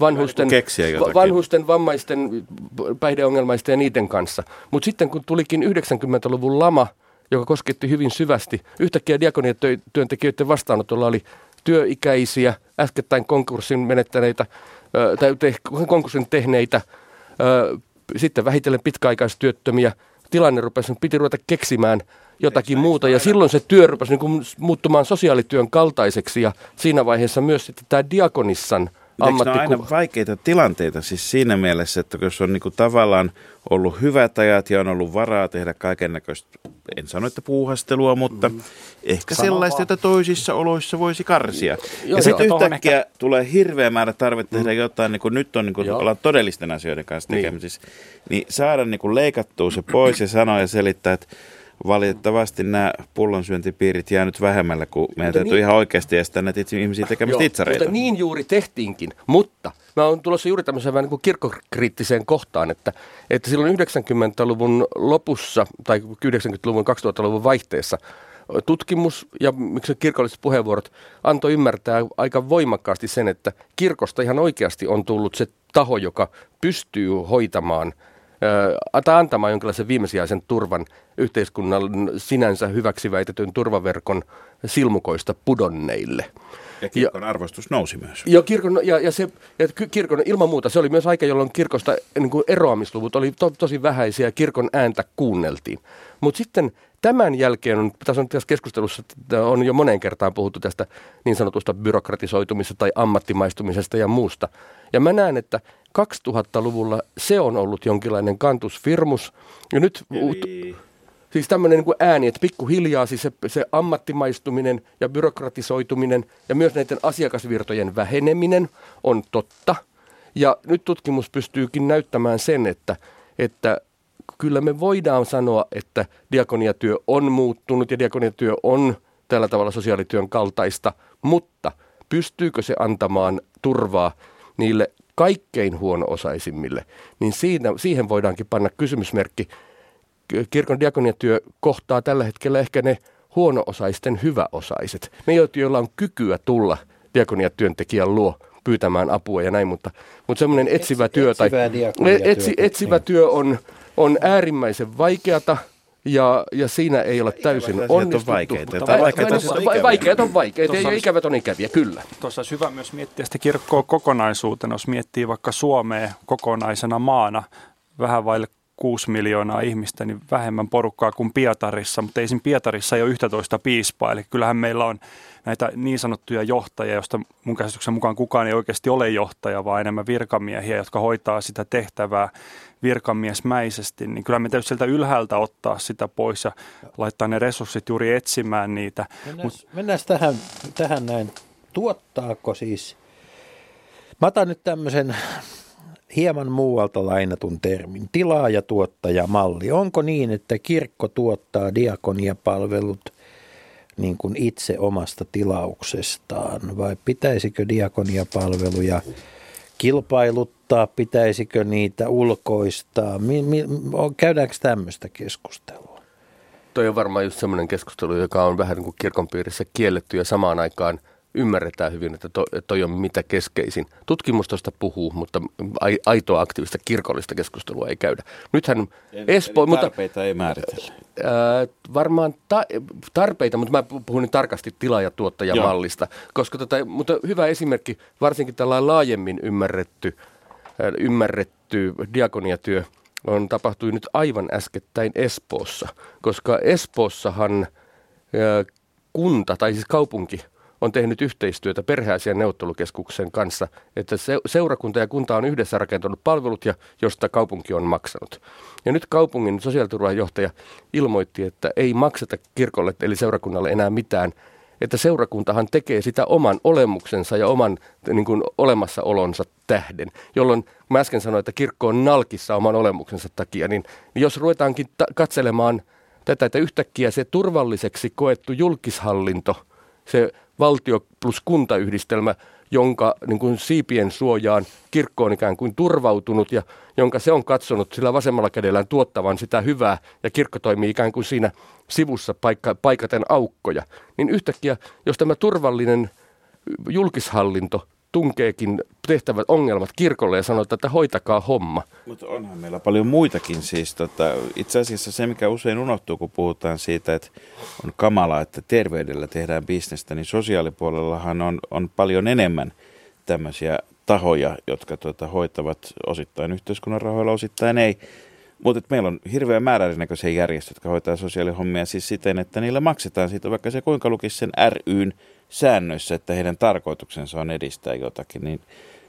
vanhusten, vammaisten, päihdeongelmaisten ja niiden kanssa. Mutta sitten kun tulikin 90-luvun lama, joka kosketti hyvin syvästi, yhtäkkiä diakoniatyöntekijöiden vastaanotolla oli työikäisiä, äskettäin konkurssin menettäneitä tai konkurssin tehneitä, sitten vähitellen pitkäaikaistyöttömiä. Tilanne piti ruveta keksimään jotakin muuta, ja silloin se työ rupesi niin kuin muuttumaan sosiaalityön kaltaiseksi, ja siinä vaiheessa myös sitten tämä diakonissan ammatti. Eikö ne on aina vaikeita tilanteita siis siinä mielessä, että jos on niin kuin tavallaan ollut hyvät ajat ja on ollut varaa tehdä kaikennäköistä, en sano, että puuhastelua, mutta ehkä sellaista, että toisissa oloissa voisi karsia. Ja sitten yhtäkkiä tulee hirveä määrä tarve tehdä jotain, niin kuin nyt on, niin kuin ollaan todellisten asioiden kanssa tekemisissä, niin saada niin kuin leikattua se pois ja sanoa ja selittää, että valitettavasti nämä pullonsyöntipiirit jää nyt vähemmällä, kun meidän täytyy ihan oikeasti estää näitä ihmisiä tekemästä itsareita. Mutta niin juuri tehtiinkin, mutta mä oon tulossa juuri tämmöiseen vähän niin kuin kirkkokriittiseen kohtaan, että silloin 90-luvun lopussa tai 90-luvun 2000-luvun vaihteessa tutkimus ja miksi kirkolliset puheenvuorot antoi ymmärtää aika voimakkaasti sen, että kirkosta ihan oikeasti on tullut se taho, joka pystyy hoitamaan tai antamaan jonkinlaisen viimesijaisen turvan yhteiskunnan sinänsä hyväksi väitetyn turvaverkon silmukoista pudonneille. Ja kirkon arvostus nousi myös. Ja kirkon ilman muuta, se oli myös aika, jolloin kirkosta niin kuin eroamisluvut oli tosi vähäisiä ja kirkon ääntä kuunneltiin. Mutta sitten tämän jälkeen, tässä keskustelussa on jo moneen kertaan puhuttu tästä niin sanotusta byrokratisoitumisesta tai ammattimaistumisesta ja muusta. Ja mä näen, että 2000-luvulla se on ollut jonkinlainen cantus firmus. Ja nyt siis tämmöinen niin kuin ääni, että pikkuhiljaa siis se ammattimaistuminen ja byrokratisoituminen ja myös näiden asiakasvirtojen väheneminen on totta. Ja nyt tutkimus pystyykin näyttämään sen, että kyllä me voidaan sanoa, että diakoniatyö on muuttunut ja diakoniatyö on tällä tavalla sosiaalityön kaltaista, mutta pystyykö se antamaan turvaa niille kaikkein huono-osaisimmille, niin siihen voidaankin panna kysymysmerkki. Kirkon diakoniatyö kohtaa tällä hetkellä ehkä ne huono-osaisten hyväosaiset. Ne, joilla on kykyä tulla diakoniatyöntekijän luo pyytämään apua ja näin, mutta semmoinen etsivä työ on äärimmäisen vaikeata ja siinä ei ole täysin onnistuttu. Vaikeat on vaikeita ja ikävät on ikäviä, kyllä. Tuossa olisi hyvä myös miettiä sitä kirkkoa kokonaisuutena, jos miettii vaikka Suomea kokonaisena maana, vähän vaille 6 miljoonaa ihmistä, niin vähemmän porukkaa kuin Pietarissa, mutta ei siinä Pietarissa ei ole 11 piispaa, eli kyllähän meillä on näitä niin sanottuja johtajia, joista mun käsityksen mukaan kukaan ei oikeasti ole johtaja, vaan enemmän virkamiehiä, jotka hoitaa sitä tehtävää virkamiesmäisesti, niin kyllä me täytyy sieltä ylhäältä ottaa sitä pois ja laittaa ne resurssit juuri etsimään niitä. Mennään tähän näin. Tuottaako siis, mä otan nyt tämmöisen hieman muualta lainatun termin, tilaaja-tuottaja-malli. Onko niin, että kirkko tuottaa diakoniapalvelut niin kuin itse omasta tilauksestaan, vai pitäisikö diakoniapalveluja kilpailuttaa, pitäisikö niitä ulkoistaa? Käydäänkö tämmöistä keskustelua? Toi on varmaan just semmoinen keskustelu, joka on vähän niin kuin kirkon piirissä kielletty ja samaan aikaan ymmärretään hyvin, että toi on mitä keskeisin. Tutkimus tuosta puhuu, mutta aitoa aktiivista kirkollista keskustelua ei käydä. Nythän tarpeita ei määritellä. Varmaan tarpeita, mutta mä puhun nyt tarkasti tilaaja-tuottajamallista, koska mutta hyvä esimerkki, varsinkin tällainen laajemmin ymmärretty diakoniatyö tapahtui nyt aivan äskettäin Espoossa, koska Espoossahan kunta tai siis kaupunki on tehnyt yhteistyötä Perheasiain neuvottelukeskuksen kanssa, että seurakunta ja kunta on yhdessä rakentanut palvelut, josta kaupunki on maksanut. Ja nyt kaupungin sosiaaliturvajohtaja ilmoitti, että ei makseta kirkolle eli seurakunnalle enää mitään, että seurakuntahan tekee sitä oman olemuksensa ja oman niin kuin, olemassaolonsa tähden, jolloin mä äsken sanoin, että kirkko on nalkissa oman olemuksensa takia, niin jos ruvetaankin katselemaan tätä, että yhtäkkiä se turvalliseksi koettu julkishallinto, se valtio plus kuntayhdistelmä, jonka niin kuin siipien suojaan kirkko on ikään kuin turvautunut ja jonka se on katsonut sillä vasemmalla kädellään tuottavan sitä hyvää ja kirkko toimii ikään kuin siinä sivussa paikaten aukkoja, niin yhtäkkiä, jos tämä turvallinen julkishallinto tunkeekin tehtävät ongelmat kirkolle ja sanoo, että hoitakaa homma. Mutta onhan meillä paljon muitakin siis. Itse asiassa se, mikä usein unohtuu, kun puhutaan siitä, että on kamalaa, että terveydellä tehdään bisnestä, niin sosiaalipuolellahan on paljon enemmän tämmöisiä tahoja, jotka hoitavat osittain yhteiskunnan rahoilla, osittain ei. Mutta meillä on hirveä määrä erinäköisiä järjestöjä, jotka hoitaa sosiaalihommia siis siten, että niillä maksetaan siitä, vaikka se kuinka lukisi sen ry:n säännöissä, että heidän tarkoituksensa on edistää jotakin, niin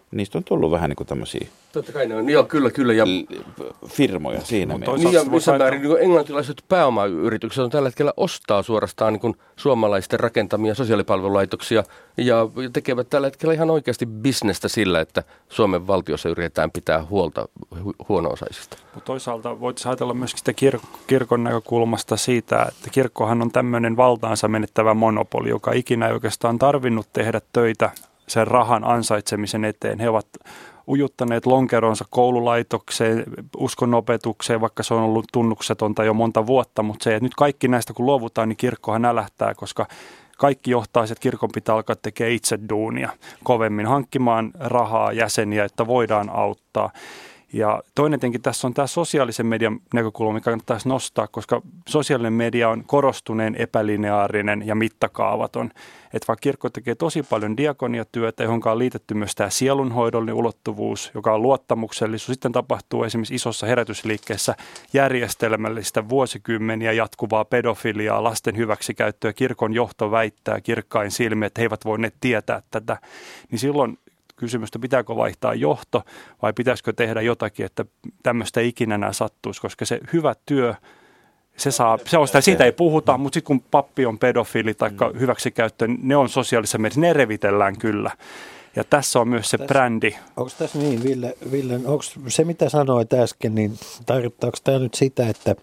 niistä on tullut vähän niin kuin tämmöisiä Totta kai ne on, joo, kyllä. Ja firmoja siinä niin ja missä määrin niin englantilaiset pääomayritykset on tällä hetkellä ostaa suorastaan niin kuin suomalaisten rakentamia sosiaalipalvelulaitoksia ja tekevät tällä hetkellä ihan oikeasti bisnestä sillä, että Suomen valtiossa yritetään pitää huolta huono-osaisista. Mutta toisaalta voitaisiin ajatella myöskin sitä kirkon näkökulmasta siitä, että kirkkohan on tämmöinen valtaansa menettävä monopoli, joka ikinä ei oikeastaan tarvinnut tehdä töitä sen rahan ansaitsemisen eteen. He ovat ujuttaneet lonkeronsa koululaitokseen, uskonnopetukseen, vaikka se on ollut tunnuksetonta jo monta vuotta, mutta se, että nyt kaikki näistä kun luovutaan, niin kirkkohan nälähtää, koska kaikki johtaa, että kirkon pitää alkaa tekemään itse duunia kovemmin, hankkimaan rahaa, jäseniä, että voidaan auttaa. Ja toinen tietenkin tässä on tämä sosiaalisen median näkökulma, mikä kannattaisi nostaa, koska sosiaalinen media on korostuneen epälineaarinen ja mittakaavaton. Että vaikka kirkko tekee tosi paljon diakoniatyötä, johon on liitetty myös tämä sielunhoidollinen ulottuvuus, joka on luottamuksellisuus. Sitten tapahtuu esimerkiksi isossa herätysliikkeessä järjestelmällistä vuosikymmeniä jatkuvaa pedofiliaa, lasten hyväksikäyttöä. Kirkon johto väittää kirkkain silmin, että he eivät voineet tietää tätä. Niin silloin kysymystä, pitääkö vaihtaa johto vai pitäisikö tehdä jotakin, että tämmöistä ei ikinä enää sattuisi, koska se hyvä työ, siitä ei puhuta, mutta sitten kun pappi on pedofili tai hyväksikäyttö, ne on sosiaalisessa mediassa, ne revitellään kyllä. Ja tässä on myös se brändi. Onko tässä niin, Ville, onko se mitä sanoit äsken, niin tarkoittaako tämä nyt sitä, että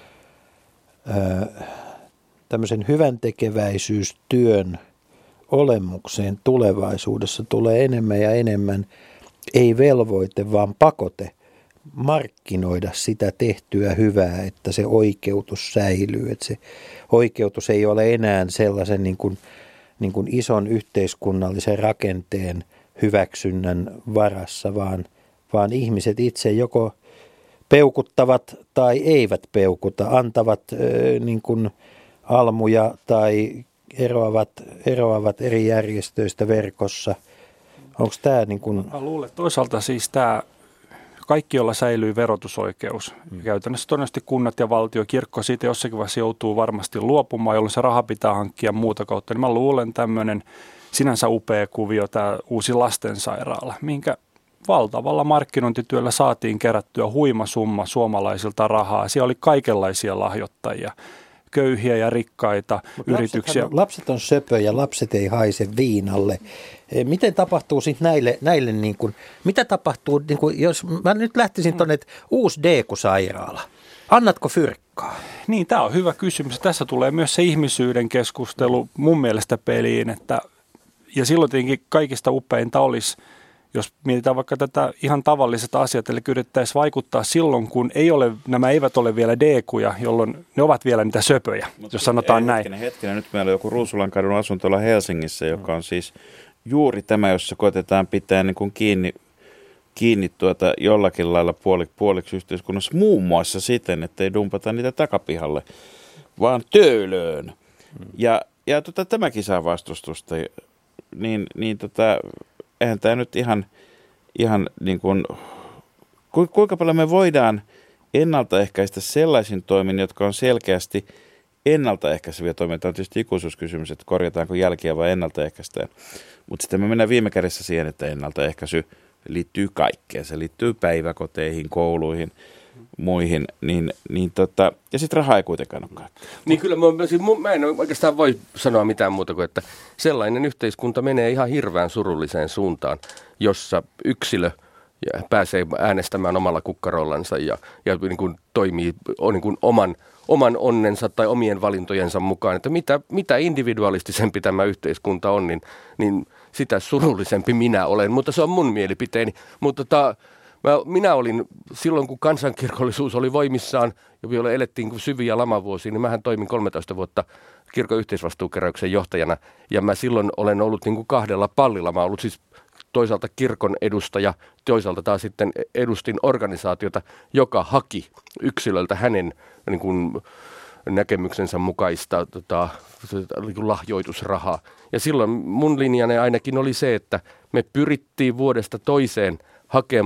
tämmöisen hyväntekeväisyystyön olemukseen tulevaisuudessa tulee enemmän ja enemmän, ei velvoite, vaan pakote markkinoida sitä tehtyä hyvää, että se oikeutus säilyy, että se oikeutus ei ole enää sellaisen niin kuin ison yhteiskunnallisen rakenteen hyväksynnän varassa, vaan ihmiset itse joko peukuttavat tai eivät peukuta, antavat niin kuin almuja tai eroavat eri järjestöistä verkossa. Onko tämä niin kuin... Mä luulen, että toisaalta siis tämä kaikki, jolla säilyy verotusoikeus. Käytännössä todennäköisesti kunnat ja valtio, kirkko siitä jossakin vaiheessa joutuu varmasti luopumaan, jolloin se raha pitää hankkia muuta kautta. Niin mä luulen tämmöinen sinänsä upea kuvio, tämä uusi lastensairaala, minkä valtavalla markkinointityöllä saatiin kerättyä huima summa suomalaisilta rahaa. Siellä oli kaikenlaisia lahjoittajia. Köyhiä ja rikkaita yrityksiä. Lapset on söpöjä, lapset ei haise viinalle. Miten tapahtuu sitten näille niin kuin, mitä tapahtuu, niin kuin, jos mä nyt lähtisin tuonne, että uusi DEKU-sairaala, annatko fyrkkaa? Niin, tämä on hyvä kysymys. Tässä tulee myös se ihmisyyden keskustelu mun mielestä peliin, ja silloin tietenkin kaikista upeinta olisi, jos mietitään vaikka tätä ihan tavalliset asiat, eli yrittäisiin vaikuttaa silloin, kun nämä eivät ole vielä DEKuja, jolloin ne ovat vielä niitä söpöjä, jos sanotaan näin. Hetkinen, nyt meillä on joku Ruusulankadun asuntola Helsingissä, joka on siis juuri tämä, jossa koetetaan pitää niin kuin kiinni jollakin lailla puoliksi yhteiskunnassa, muun muassa siten, että ei dumpata niitä takapihalle, vaan töölöön. Ja tämäkin saa vastustusta, eihän tämä nyt ihan niin kuin, kuinka paljon me voidaan ennaltaehkäistä sellaisin toimin, jotka on selkeästi ennaltaehkäiseviä toimia. Tämä on tietysti ikuisuuskysymys, että korjataanko jälkiä vai ennaltaehkäistään. Mutta sitten me mennään viime kädessä siihen, että ennaltaehkäisy liittyy kaikkeen. Se liittyy päiväkoteihin, kouluihin, muihin, ja sitten rahaa ei kuitenkaan ole kaikkea. Niin kyllä, mä en oikeastaan voi sanoa mitään muuta kuin, että sellainen yhteiskunta menee ihan hirveän surulliseen suuntaan, jossa yksilö pääsee äänestämään omalla kukkarollansa ja niin kuin toimii niin kuin oman onnensa tai omien valintojensa mukaan, että mitä individualistisempi tämä yhteiskunta on, niin sitä surullisempi minä olen, mutta se on mun mielipiteeni, mutta minä olin silloin, kun kansankirkollisuus oli voimissaan ja vielä elettiin syviä lamavuosia, niin mähän toimin 13 vuotta kirkon yhteisvastuukeräyksen johtajana. Ja mä silloin olen ollut niin kuin kahdella pallilla. Mä olen ollut siis toisaalta kirkon edustaja, toisaalta taas sitten edustin organisaatiota, joka haki yksilöltä hänen niin kuin näkemyksensä mukaista lahjoitusrahaa. Ja silloin mun linjani ainakin oli se, että me pyrittiin vuodesta toiseen hakemaan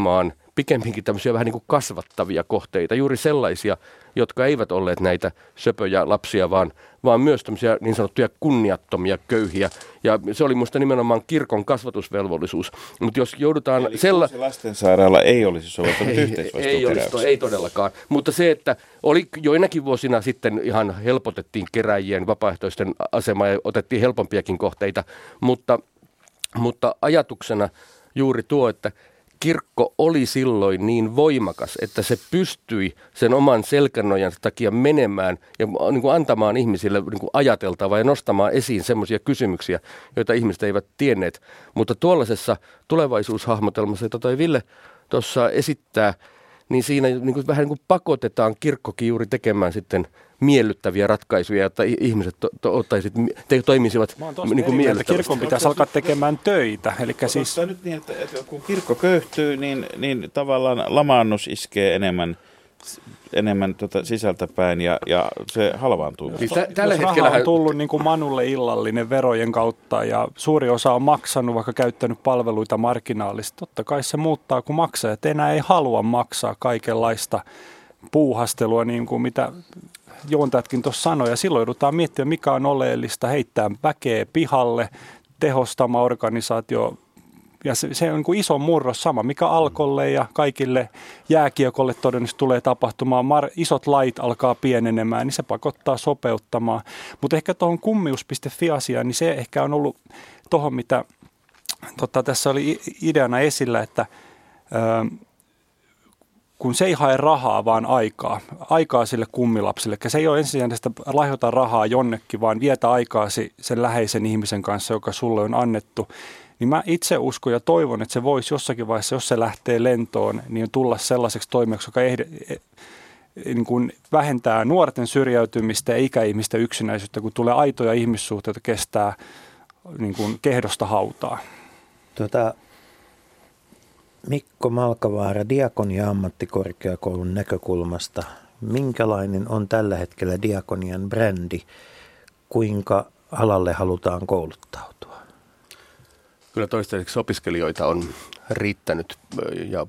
pikemminkin tämmöisiä vähän niin kuin kasvattavia kohteita, juuri sellaisia, jotka eivät olleet näitä söpöjä lapsia, vaan myös tämmöisiä niin sanottuja kunniattomia köyhiä. Ja se oli musta nimenomaan kirkon kasvatusvelvollisuus. Mutta jos joudutaan... Eli lastensairaala ei olisi soveltanut yhteisvastuukeräyksiä. Ei todellakaan. Mutta se, että oli joinakin vuosina sitten ihan helpotettiin keräjien vapaaehtoisten asemaa ja otettiin helpompiakin kohteita, mutta ajatuksena juuri tuo, että kirkko oli silloin niin voimakas, että se pystyi sen oman selkänojan takia menemään ja niin kuin antamaan ihmisille niin kuin ajateltavaa ja nostamaan esiin semmoisia kysymyksiä, joita ihmiset eivät tienneet. Mutta tuollaisessa tulevaisuushahmotelmassa, jota toi Ville tuossa esittää, niin siinä niin kuin vähän niin kuin pakotetaan kirkkokin juuri tekemään sitten miellyttäviä ratkaisuja, että ihmiset toimisivat niin kuin miellyttävästi. Kirkon pitäisi alkaa tekemään töitä. Eli siis... nyt niin, että kun kirkko köyhtyy, niin tavallaan lamaannus iskee enemmän sisältäpäin ja se halvaantuu. Siis tällä hetkellä on tullut niin kuin Manulle illallinen verojen kautta ja suuri osa on maksanut, vaikka käyttänyt palveluita marginaalisesti. Totta kai se muuttaa, kun maksajat enää ei halua maksaa kaikenlaista puuhastelua, niin kuin mitä juontajatkin tuossa sanoi. Ja silloin joudutaan miettimään, mikä on oleellista, heittää väkeä pihalle, tehostama organisaatio. Ja se on niin kuin iso murros sama, mikä Alkolle ja kaikille jääkiekolle todennäköisesti tulee tapahtumaan. Isot lait alkaa pienenemään, niin se pakottaa sopeuttamaan. Mutta ehkä tuohon kummius.fi-asiaan, niin se ehkä on ollut tuohon, mitä tässä oli ideana esillä, että kun se ei hae rahaa, vaan aikaa sille kummilapsille. Se ei ole ensisijaisesti lahjota rahaa jonnekin, vaan vietä aikaasi sen läheisen ihmisen kanssa, joka sulle on annettu. Niin mä itse uskon ja toivon, että se voisi jossakin vaiheessa, jos se lähtee lentoon, niin tulla sellaiseksi toimijaksi, joka niin kuin vähentää nuorten syrjäytymistä ja ikäihmisten yksinäisyyttä, kun tulee aitoja ihmissuhteita, kestää niin kuin kehdosta hautaa. Mikko Malkavaara, Diakonia-ammattikorkeakoulun näkökulmasta, minkälainen on tällä hetkellä diakonian brändi, kuinka alalle halutaan kouluttautua? Kyllä toistaiseksi opiskelijoita on riittänyt ja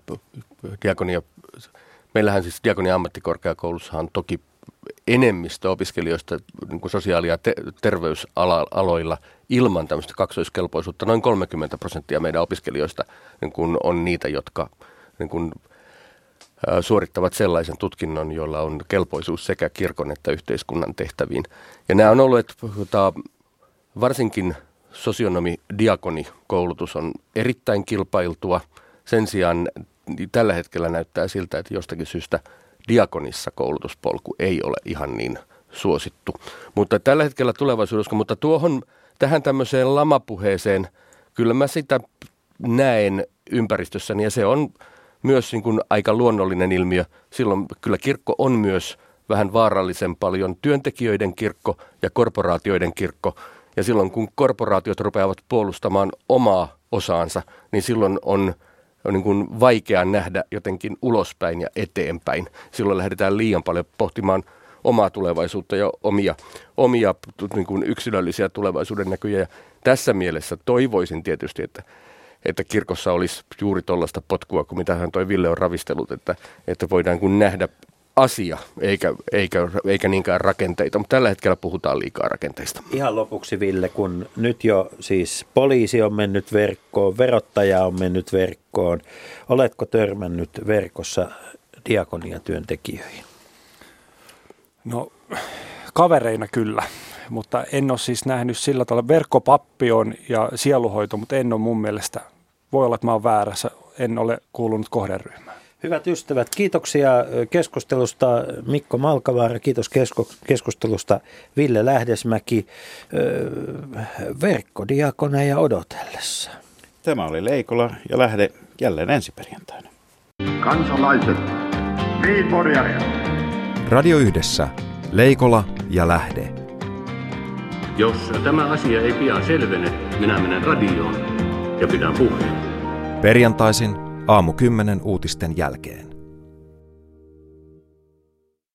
meillähän siis Diakonia-ammattikorkeakoulussa on toki enemmistö opiskelijoista niin kuin sosiaali- ja terveysaloilla ilman tämmöistä kaksoiskelpoisuutta. Noin 30% meidän opiskelijoista niin kuin on niitä, jotka niin kuin, suorittavat sellaisen tutkinnon, jolla on kelpoisuus sekä kirkon että yhteiskunnan tehtäviin. Ja nämä on ollut, että varsinkin sosionomi-diakonikoulutus on erittäin kilpailtua. Sen sijaan tällä hetkellä näyttää siltä, että jostakin syystä diakonissa koulutuspolku ei ole ihan niin suosittu. Mutta tällä hetkellä tulevaisuudessa, mutta tähän tämmöiseen lamapuheeseen, kyllä mä sitä näen ympäristössäni ja se on myös niin kuin aika luonnollinen ilmiö. Silloin kyllä kirkko on myös vähän vaarallisen paljon työntekijöiden kirkko ja korporaatioiden kirkko. Ja silloin kun korporaatiot rupeavat puolustamaan omaa osaansa, niin silloin on niin kuin vaikea nähdä jotenkin ulospäin ja eteenpäin. Silloin lähdetään liian paljon pohtimaan omaa tulevaisuutta ja omia niin kuin yksilöllisiä tulevaisuuden näkyjä. Ja tässä mielessä toivoisin tietysti, että kirkossa olisi juuri tuollaista potkua, kuin mitä hän toi Ville on ravistellut, että voidaan kun nähdä asia, eikä niinkään rakenteita, mutta tällä hetkellä puhutaan liikaa rakenteista. Ihan lopuksi Ville, kun nyt jo siis poliisi on mennyt verkkoon, verottaja on mennyt verkkoon, oletko törmännyt verkossa diakoniatyöntekijöihin? No kavereina kyllä, mutta en ole siis nähnyt sillä tavalla verkkopappi on ja sieluhoito, mutta en ole mun mielestä, voi olla, että mä oon väärässä, en ole kuulunut kohderyhmään. Hyvät ystävät, kiitoksia keskustelusta Mikko Malkavaara, kiitos keskustelusta Ville Lähdesmäki, verkkodiakoneja odotellessa. Tämä oli Leikola ja Lähde jälleen ensi perjantaina. Kansalaiset, Radio Yhdessä, Leikola ja Lähde. Jos tämä asia ei pian selvene, minä menen radioon ja pidän puheen. Perjantaisin aamu 10 uutisten jälkeen.